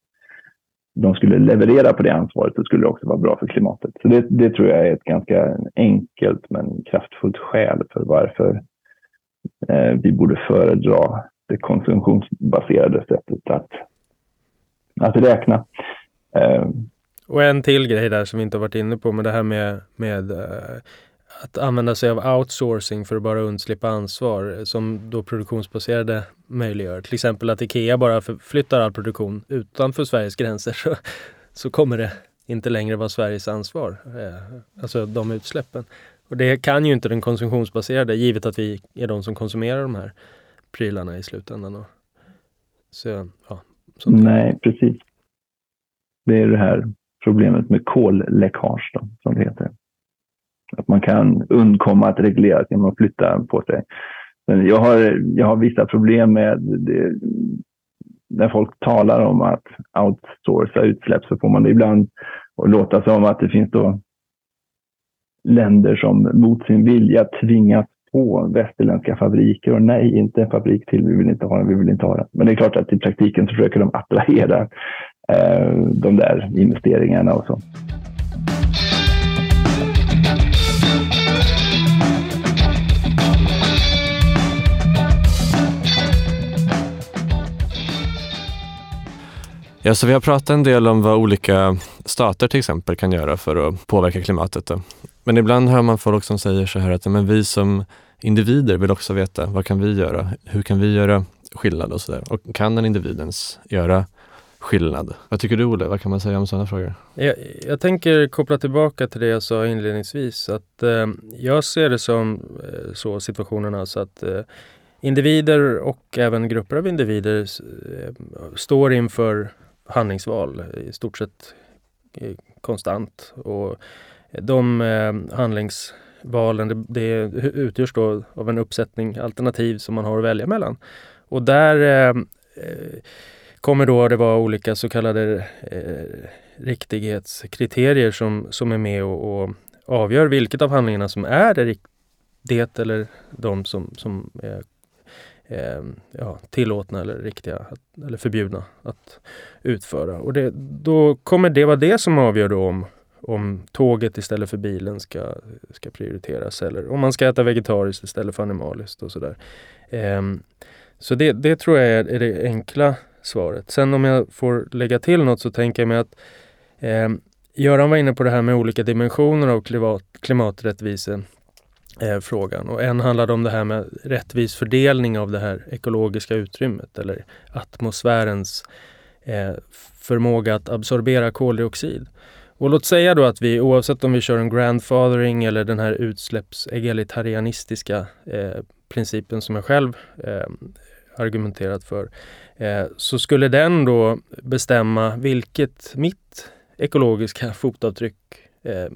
de skulle leverera på det ansvaret, så skulle det också vara bra för klimatet. Så det, det tror jag är ett ganska enkelt men kraftfullt skäl för varför eh, vi borde föredra det konsumtionsbaserade sättet att, att räkna. Eh, Och en till grej där som vi inte har varit inne på, med det här med, med uh, att använda sig av outsourcing för att bara undslippa ansvar, som då produktionsbaserade möjliggör. Till exempel att IKEA bara flyttar all produktion utanför Sveriges gränser, så, så kommer det inte längre vara Sveriges ansvar. Uh, alltså de utsläppen. Och det kan ju inte den konsumtionsbaserade, givet att vi är de som konsumerar de här prylarna i slutändan. Och, så, ja, Nej, precis. Det är det här problemet med kolläckage då, som det heter. Att man kan undkomma att reglera genom att flytta på sig. Men jag har, jag har vissa problem med det. När folk talar om att outsourca utsläpp, så får man det ibland att låta som att det finns då länder som mot sin vilja tvingas på västerländska fabriker, och nej, inte en fabrik till, vi vill inte ha den, vi vill inte ha den. Men det är klart att i praktiken så försöker de attrahera eh, de där investeringarna och så. Ja, så vi har pratat en del om vad olika stater till exempel kan göra för att påverka klimatet. Då. Men ibland hör man folk som säger så här att men vi som individer vill också veta, vad kan vi göra? Hur kan vi göra skillnad och sådär? Och kan en individ ens göra skillnad? Vad tycker du, Olle? Vad kan man säga om sådana frågor? Jag, jag tänker koppla tillbaka till det jag sa inledningsvis. Att eh, jag ser det som eh, så situationen alltså att eh, individer och även grupper av individer eh, står inför handlingsval i stort sett eh, konstant. Och de eh, handlingsvalen, det, det utgörs då av en uppsättning alternativ som man har att välja mellan. Och där eh, eh, kommer då det vara olika så kallade eh, riktighetskriterier som, som är med och, och avgör vilket av handlingarna som är det, det eller de som, som är eh, ja, tillåtna eller riktiga att, eller förbjudna att utföra. Och det, då kommer det vara det som avgör då om, om tåget istället för bilen ska, ska prioriteras eller om man ska äta vegetariskt istället för animaliskt och sådär. Eh, så det, det tror jag är, är det enkla svaret. Sen om jag får lägga till något så tänker jag mig att eh, Göran var inne på det här med olika dimensioner av klimat, klimaträttvise eh, frågan. Och en handlade om det här med rättvis fördelning av det här ekologiska utrymmet eller atmosfärens eh, förmåga att absorbera koldioxid. Och låt säga då att vi oavsett om vi kör en grandfathering eller den här utsläppsegalitarianistiska eh, principen som jag själv eh, argumenterat för, eh, så skulle den då bestämma vilket mitt ekologiska fotavtryck eh,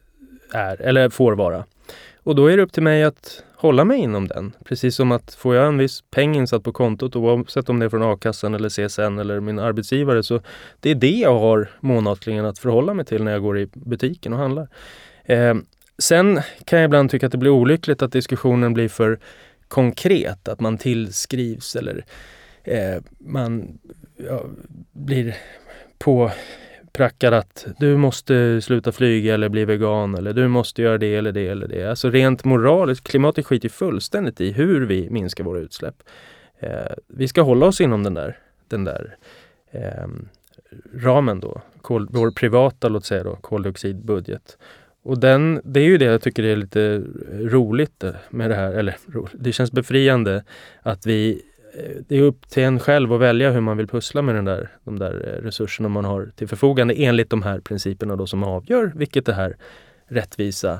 är eller får vara. Och då är det upp till mig att hålla mig inom den. Precis som att får jag en viss peng insatt på kontot oavsett om det är från A-kassan eller C S N eller min arbetsgivare, så det är det jag har månatligen att förhålla mig till när jag går i butiken och handlar. Eh, sen kan jag ibland tycka att det blir olyckligt att diskussionen blir för konkret, att man tillskrivs eller eh, man ja, blir på prackad att du måste sluta flyga eller bli vegan eller du måste göra det eller det eller det. Alltså rent moraliskt, klimatet skiter fullständigt i hur vi minskar våra utsläpp. Eh, vi ska hålla oss inom den där, den där eh, ramen då, kol, vår privata, låt säga då, koldioxidbudget. Och den, det är ju det jag tycker är lite roligt med det här, eller det känns befriande att vi, det är upp till en själv att välja hur man vill pussla med den där, de där resurserna man har till förfogande enligt de här principerna då som avgör vilket det här rättvisa,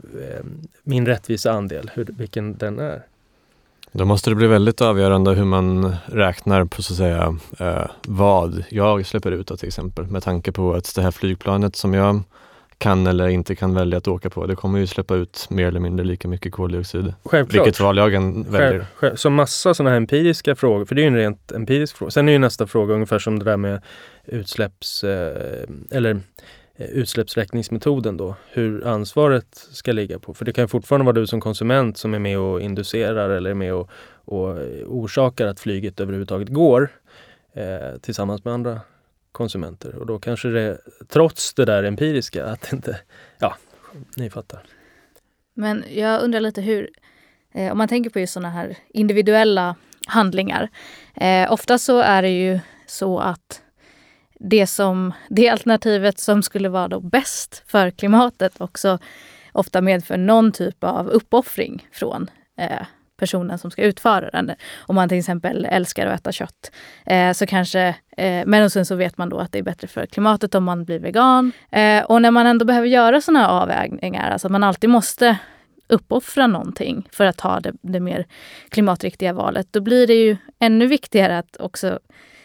min rättvisa andel, hur, vilken den är. Då måste det bli väldigt avgörande hur man räknar på så att säga eh, vad jag släpper ut av till exempel, med tanke på att det här flygplanet som jag kan eller inte kan välja att åka på, det kommer ju släppa ut mer eller mindre lika mycket koldioxid. Självklart. Vilket val jag än väljer. Själv, själv. Så massa sådana här empiriska frågor, för det är ju en rent empirisk fråga. Sen är ju nästa fråga ungefär som det där med utsläpps, eh, eller eh, utsläppsräkningsmetoden då. Hur ansvaret ska ligga på. För det kan fortfarande vara du som konsument som är med och inducerar eller är med och, och orsakar att flyget överhuvudtaget går eh, tillsammans med andra konsumenter. Och då kanske det, trots det där empiriska, att inte, ja, ni fattar. Men jag undrar lite hur, eh, om man tänker på just sådana här individuella handlingar. Eh, ofta så är det ju så att det, som, det alternativet som skulle vara då bäst för klimatet också ofta medför någon typ av uppoffring från eh, personen som ska utföra den. Om man till exempel älskar att äta kött eh, så kanske, eh, men sen så vet man då att det är bättre för klimatet om man blir vegan. Eh, och när man ändå behöver göra sådana här avvägningar, alltså att man alltid måste uppoffra någonting för att ta det, det mer klimatriktiga valet, då blir det ju ännu viktigare att också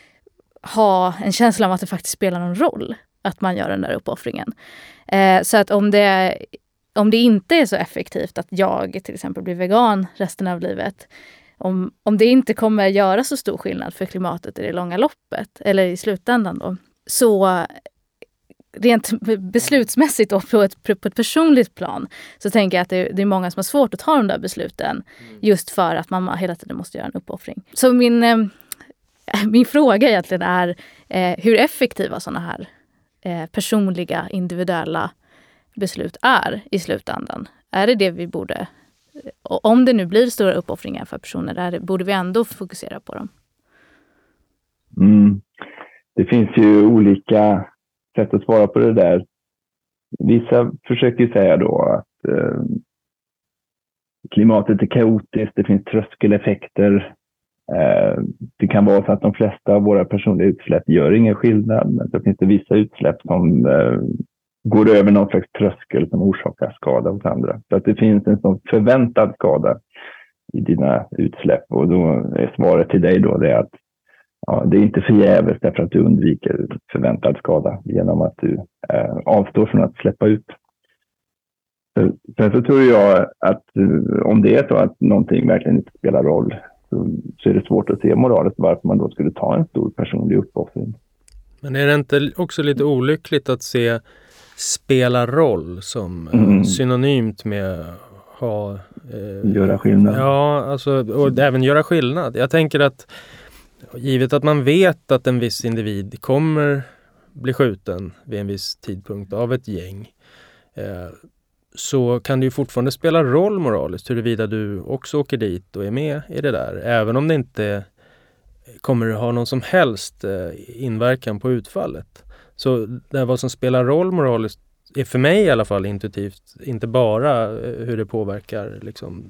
ha en känsla av att det faktiskt spelar någon roll att man gör den där uppoffringen. Eh, så att om det Om det inte är så effektivt att jag till exempel blir vegan resten av livet, om, om det inte kommer göra så stor skillnad för klimatet i det långa loppet, eller i slutändan då, så rent beslutsmässigt och på ett, på ett personligt plan så tänker jag att det, det är många som har svårt att ta de där besluten just för att man hela tiden måste göra en uppoffring. Så min, eh, min fråga egentligen är eh, hur effektiva sådana här eh, personliga, individuella beslut är i slutändan. Är det det vi borde, om det nu blir stora uppoffringar för personer, där borde vi ändå fokusera på dem? Mm. Det finns ju olika sätt att svara på det där. Vissa försöker säga då att eh, klimatet är kaotiskt, det finns tröskeleffekter. Eh, det kan vara så att de flesta av våra personliga utsläpp gör ingen skillnad, men så finns det vissa utsläpp som eh, går över någon slags tröskel som orsakar skada hos andra. Så att det finns en sån förväntad skada i dina utsläpp. Och då är svaret till dig då det är att ja, det är inte förgäves därför att du undviker förväntad skada genom att du eh, avstår från att släppa ut. Sen så tror jag att om det är så att någonting verkligen inte spelar roll så, så är det svårt att se moraliskt varför man då skulle ta en stor personlig uppoffring. Men är det inte också lite olyckligt att se spela roll som Mm. synonymt med ha... Eh, Göra skillnad. Ja, alltså, och även göra skillnad. Jag tänker att givet att man vet att en viss individ kommer bli skjuten vid en viss tidpunkt av ett gäng, eh, så kan det ju fortfarande spela roll moraliskt huruvida du också åker dit och är med i det där. Även om det inte kommer att ha någon som helst eh, inverkan på utfallet. Så det vad som spelar roll moraliskt är för mig i alla fall intuitivt inte bara eh, hur det påverkar liksom,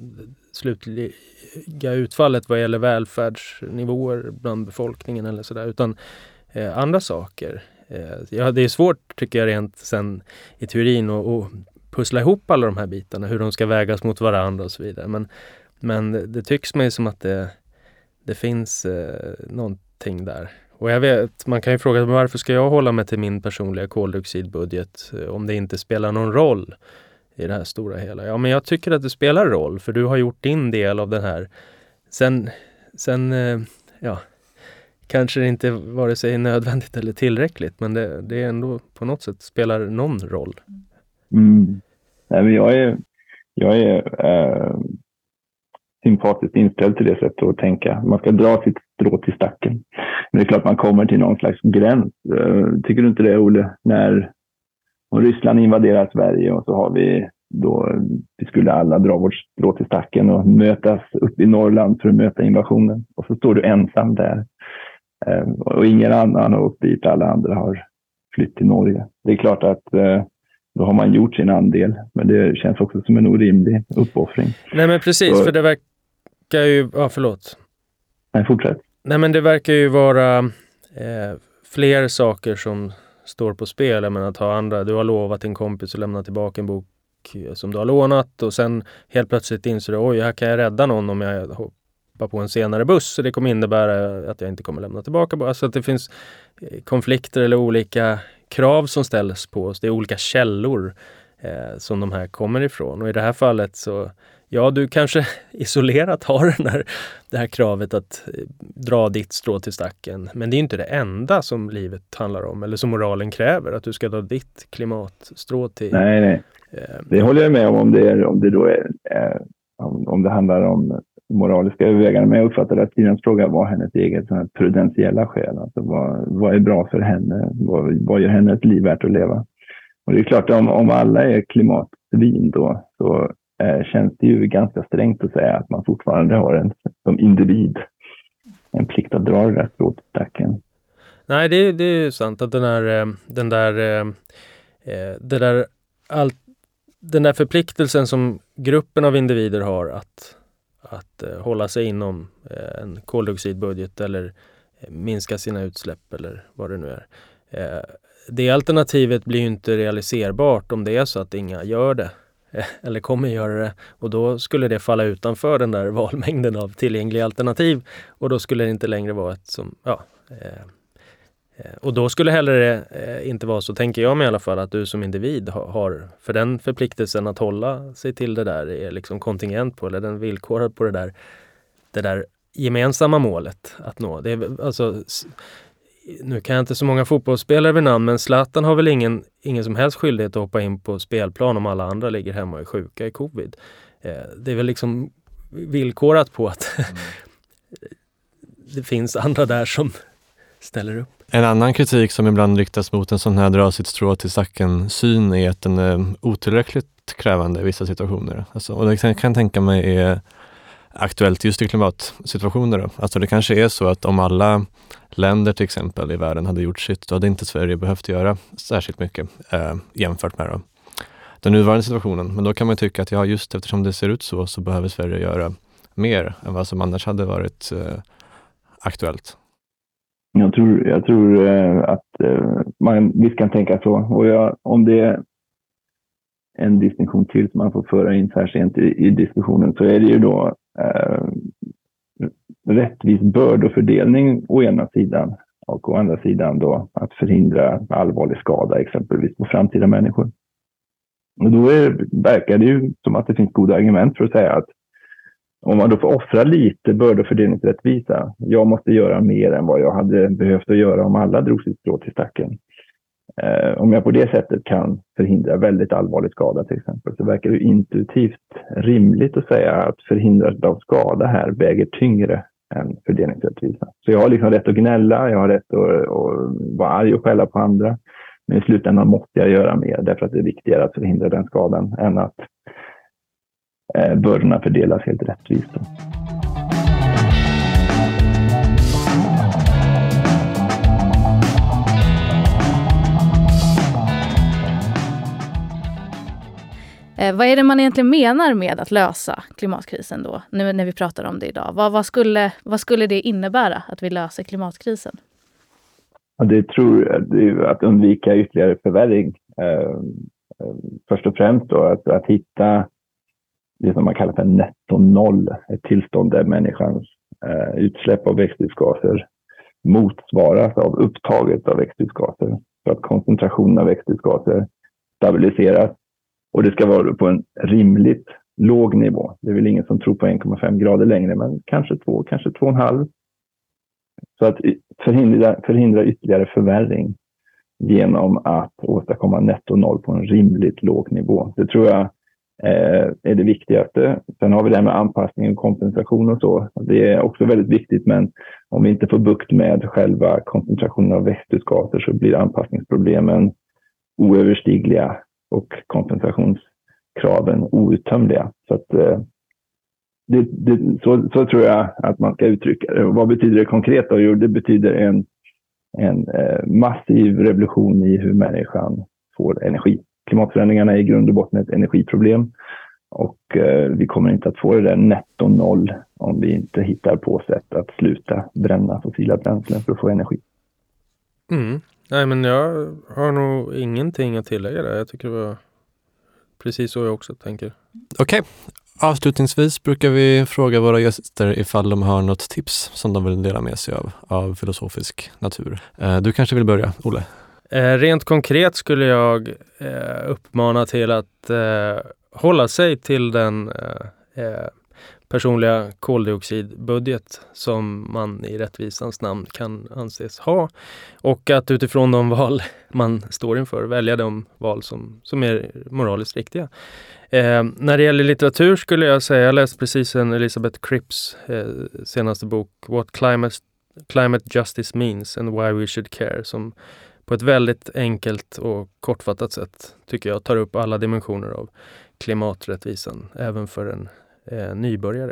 slutliga utfallet vad gäller välfärdsnivåer bland befolkningen eller sådär, utan eh, andra saker. Eh, ja, det är svårt tycker jag rent sen i teorin och, och pussla ihop alla de här bitarna, hur de ska vägas mot varandra och så vidare. Men, men det tycks mig som att det, det finns eh, någonting där. Och jag vet, man kan ju fråga varför ska jag hålla mig till min personliga koldioxidbudget eh, om det inte spelar någon roll i det här stora hela. Ja, men jag tycker att det spelar roll för du har gjort din del av den här. Sen, sen eh, ja, kanske det inte vare sig nödvändigt eller tillräckligt, men det, det är ändå på något sätt spelar någon roll. Mm. Nej, men jag är, jag är äh, sympatiskt inställd till det sättet att tänka. Man ska dra sitt strå till stacken. Men det är klart man kommer till någon slags gräns. Äh, tycker du inte det, Olle? När om Ryssland invaderar Sverige och så har vi då, vi skulle alla dra vårt strå till stacken och mötas upp i Norrland för att möta invasionen. Och så står du ensam där. Äh, och ingen annan har åkt dit, alla andra har flytt till Norge. Det är klart att äh, då har man gjort sin andel. Men det känns också som en orimlig uppoffring. Nej men precis, så, för det verkar ju... Ja, förlåt. Nej, fortsätt. Nej men det verkar ju vara eh, fler saker som står på spel. Jag menar att ha andra... Du har lovat din kompis att lämna tillbaka en bok som du har lånat. Och sen helt plötsligt inser du, oj, här kan jag rädda någon om jag hoppar på en senare buss. Så det kommer innebära att jag inte kommer lämna tillbaka. Alltså att det finns konflikter eller olika... krav som ställs på oss. Det är olika källor eh, som de här kommer ifrån. Och i det här fallet så, ja du kanske isolerat har den här, det här kravet att eh, dra ditt strå till stacken. Men det är inte det enda som livet handlar om. Eller som moralen kräver. Att du ska dra ditt klimatstrå till... Nej, nej. Eh, det håller jag med om om det, är, om det då är... Eh, om, om det handlar om moraliska överväganden. Men jag uppfattar att Tirans fråga var hennes eget sån här prudentiella skäl. Alltså vad, vad är bra för henne? Vad, vad gör hennes liv värt att leva? Och det är klart att om, om alla är klimatsvin då så eh, känns det ju ganska strängt att säga att man fortfarande har en som individ en plikt att dra det där strået till stacken. Nej, det, det är sant att den där, den där, eh, det där allt, den där förpliktelsen som gruppen av individer har att att eh, hålla sig inom eh, en koldioxidbudget eller eh, minska sina utsläpp eller vad det nu är. Eh, det alternativet blir ju inte realiserbart om det är så att inga gör det eh, eller kommer göra det, och då skulle det falla utanför den där valmängden av tillgängliga alternativ och då skulle det inte längre vara ett som, ja, eh, och då skulle heller det eh, inte vara så, tänker jag mig i alla fall, att du som individ ha, har för den förpliktelsen att hålla sig till det där är liksom kontingent på, eller den villkorar på det där, det där gemensamma målet att nå. Det är, alltså, nu kan jag inte så många fotbollsspelare vid namn, men Zlatan har väl ingen, ingen som helst skyldighet att hoppa in på spelplan om alla andra ligger hemma och är sjuka i covid. Eh, det är väl liksom villkorat på att mm. det finns andra där som ställer upp. En annan kritik som ibland riktas mot en sån här dra sitt strå till stacken syn är att den är otillräckligt krävande i vissa situationer. Alltså, och det kan jag tänka mig är aktuellt just i klimatsituationer. Då. Alltså det kanske är så att om alla länder till exempel i världen hade gjort sitt, då hade inte Sverige behövt göra särskilt mycket eh, jämfört med då, den nuvarande situationen. Men då kan man tycka att ja, just eftersom det ser ut så så behöver Sverige göra mer än vad som annars hade varit eh, aktuellt. Jag tror, jag tror eh, att eh, man visst kan tänka så. Och jag, om det är en distinktion till som man får föra in så här sent i, i diskussionen, så är det ju då eh, rättvis bördofördelning å ena sidan och å andra sidan då att förhindra allvarlig skada exempelvis på framtida människor. Och då är, verkar det ju som att det finns goda argument för att säga att om man då får offra lite bördefördelningsrättvisa, jag måste göra mer än vad jag hade behövt att göra om alla drog sitt strå till stacken. Eh, om jag på det sättet kan förhindra väldigt allvarlig skada till exempel, så verkar det intuitivt rimligt att säga att förhindrandet av skada här väger tyngre än fördelningsrättvisa. Så jag har liksom rätt att gnälla, jag har rätt att, att vara arg och skälla på andra. Men i slutändan måste jag göra mer därför att det är viktigare att förhindra den skadan än att eh, bördorna fördelas helt rättvist. Då. Eh, vad är det man egentligen menar med att lösa klimatkrisen då, nu när vi pratar om det idag? Vad, vad, skulle, vad skulle det innebära att vi löser klimatkrisen? Ja, det tror jag det är att undvika ytterligare förvärring. Eh, först och främst då att, att hitta det som man kallar för netto noll, ett tillstånd där människans eh, utsläpp av växthusgaser motsvaras av upptaget av växthusgaser. Så att koncentrationen av växthusgaser stabiliseras. Och det ska vara på en rimligt låg nivå. Det är väl ingen som tror på en komma fem grader längre, men kanske två, kanske två och en halv. Så att förhindra, förhindra ytterligare förvärring genom att åstadkomma netto noll på en rimligt låg nivå. Det tror jag eh, är det viktigaste. Sen har vi det här med anpassning och kompensation och så. Det är också väldigt viktigt, men om vi inte får bukt med själva koncentrationen av växthusgaser så blir anpassningsproblemen oöverstigliga och kompensationskraven outtömliga. Så, att, eh, det, det, så, så tror jag att man ska uttrycka det. Och vad betyder det konkret då? Jo, det betyder en, en eh, massiv revolution i hur människan får energi. Klimatförändringarna är i grund och botten ett energiproblem. Och eh, vi kommer inte att få det där netto noll om vi inte hittar på sätt att sluta bränna fossila bränslen för att få energi. Mm. Nej, men jag har nog ingenting att tillägga där. Jag tycker det var precis så jag också tänker. Okej. Avslutningsvis brukar vi fråga våra gäster ifall de har något tips som de vill dela med sig av, av filosofisk natur. Eh, du kanske vill börja, Olle? Eh, rent konkret skulle jag eh, uppmana till att eh, hålla sig till den eh, eh, personliga koldioxidbudget som man i rättvisans namn kan anses ha. Och att utifrån de val man står inför välja de val som, som är moraliskt riktiga. Eh, när det gäller litteratur skulle jag säga, jag läste precis en Elizabeth Cripps eh, senaste bok What Climate, Climate Justice Means and Why We Should Care, som på ett väldigt enkelt och kortfattat sätt tycker jag tar upp alla dimensioner av klimaträttvisan, även för en eh, nybörjare.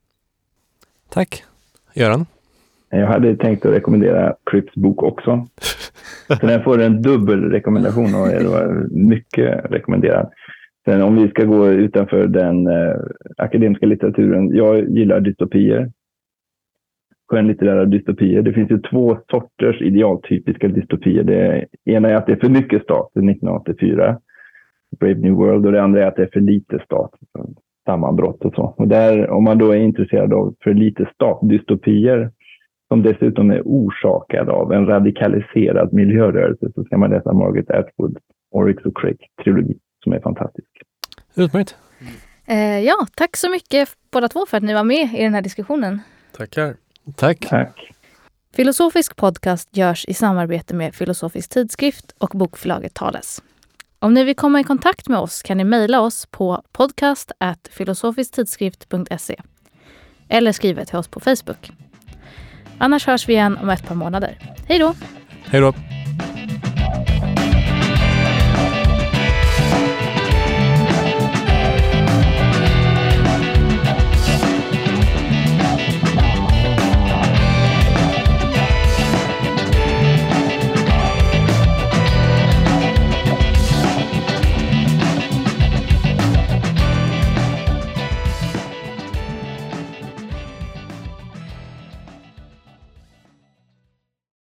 Tack. Göran? Jag hade tänkt att rekommendera Cripps bok också. Så den får en dubbel rekommendation och det var mycket rekommenderad. Sen om vi ska gå utanför den eh, akademiska litteraturen, jag gillar dystopier. Skönlitterära dystopier. Det finns ju två sorters idealtypiska dystopier. Det ena är att det är för mycket stat, nittonhundraåttiofyra, Brave New World, och det andra är att det är för lite stat, sammanbrott och så. Och där, om man då är intresserad av för lite stat, dystopier, som dessutom är orsakad av en radikaliserad miljörörelse, så ska man läsa Margaret Atwood, Oryx och Crake-trilogi, som är fantastisk. Utmärkt. Eh, ja, tack så mycket båda två för att ni var med i den här diskussionen. Tackar. Tack. Tack. Filosofisk podcast görs i samarbete med Filosofisk tidskrift och bokförlaget Thales. Om ni vill komma i kontakt med oss kan ni mejla oss på podcast at filosofisktidskrift punkt se eller skriva till oss på Facebook. Annars hörs vi igen om ett par månader. Hej då! Hej då!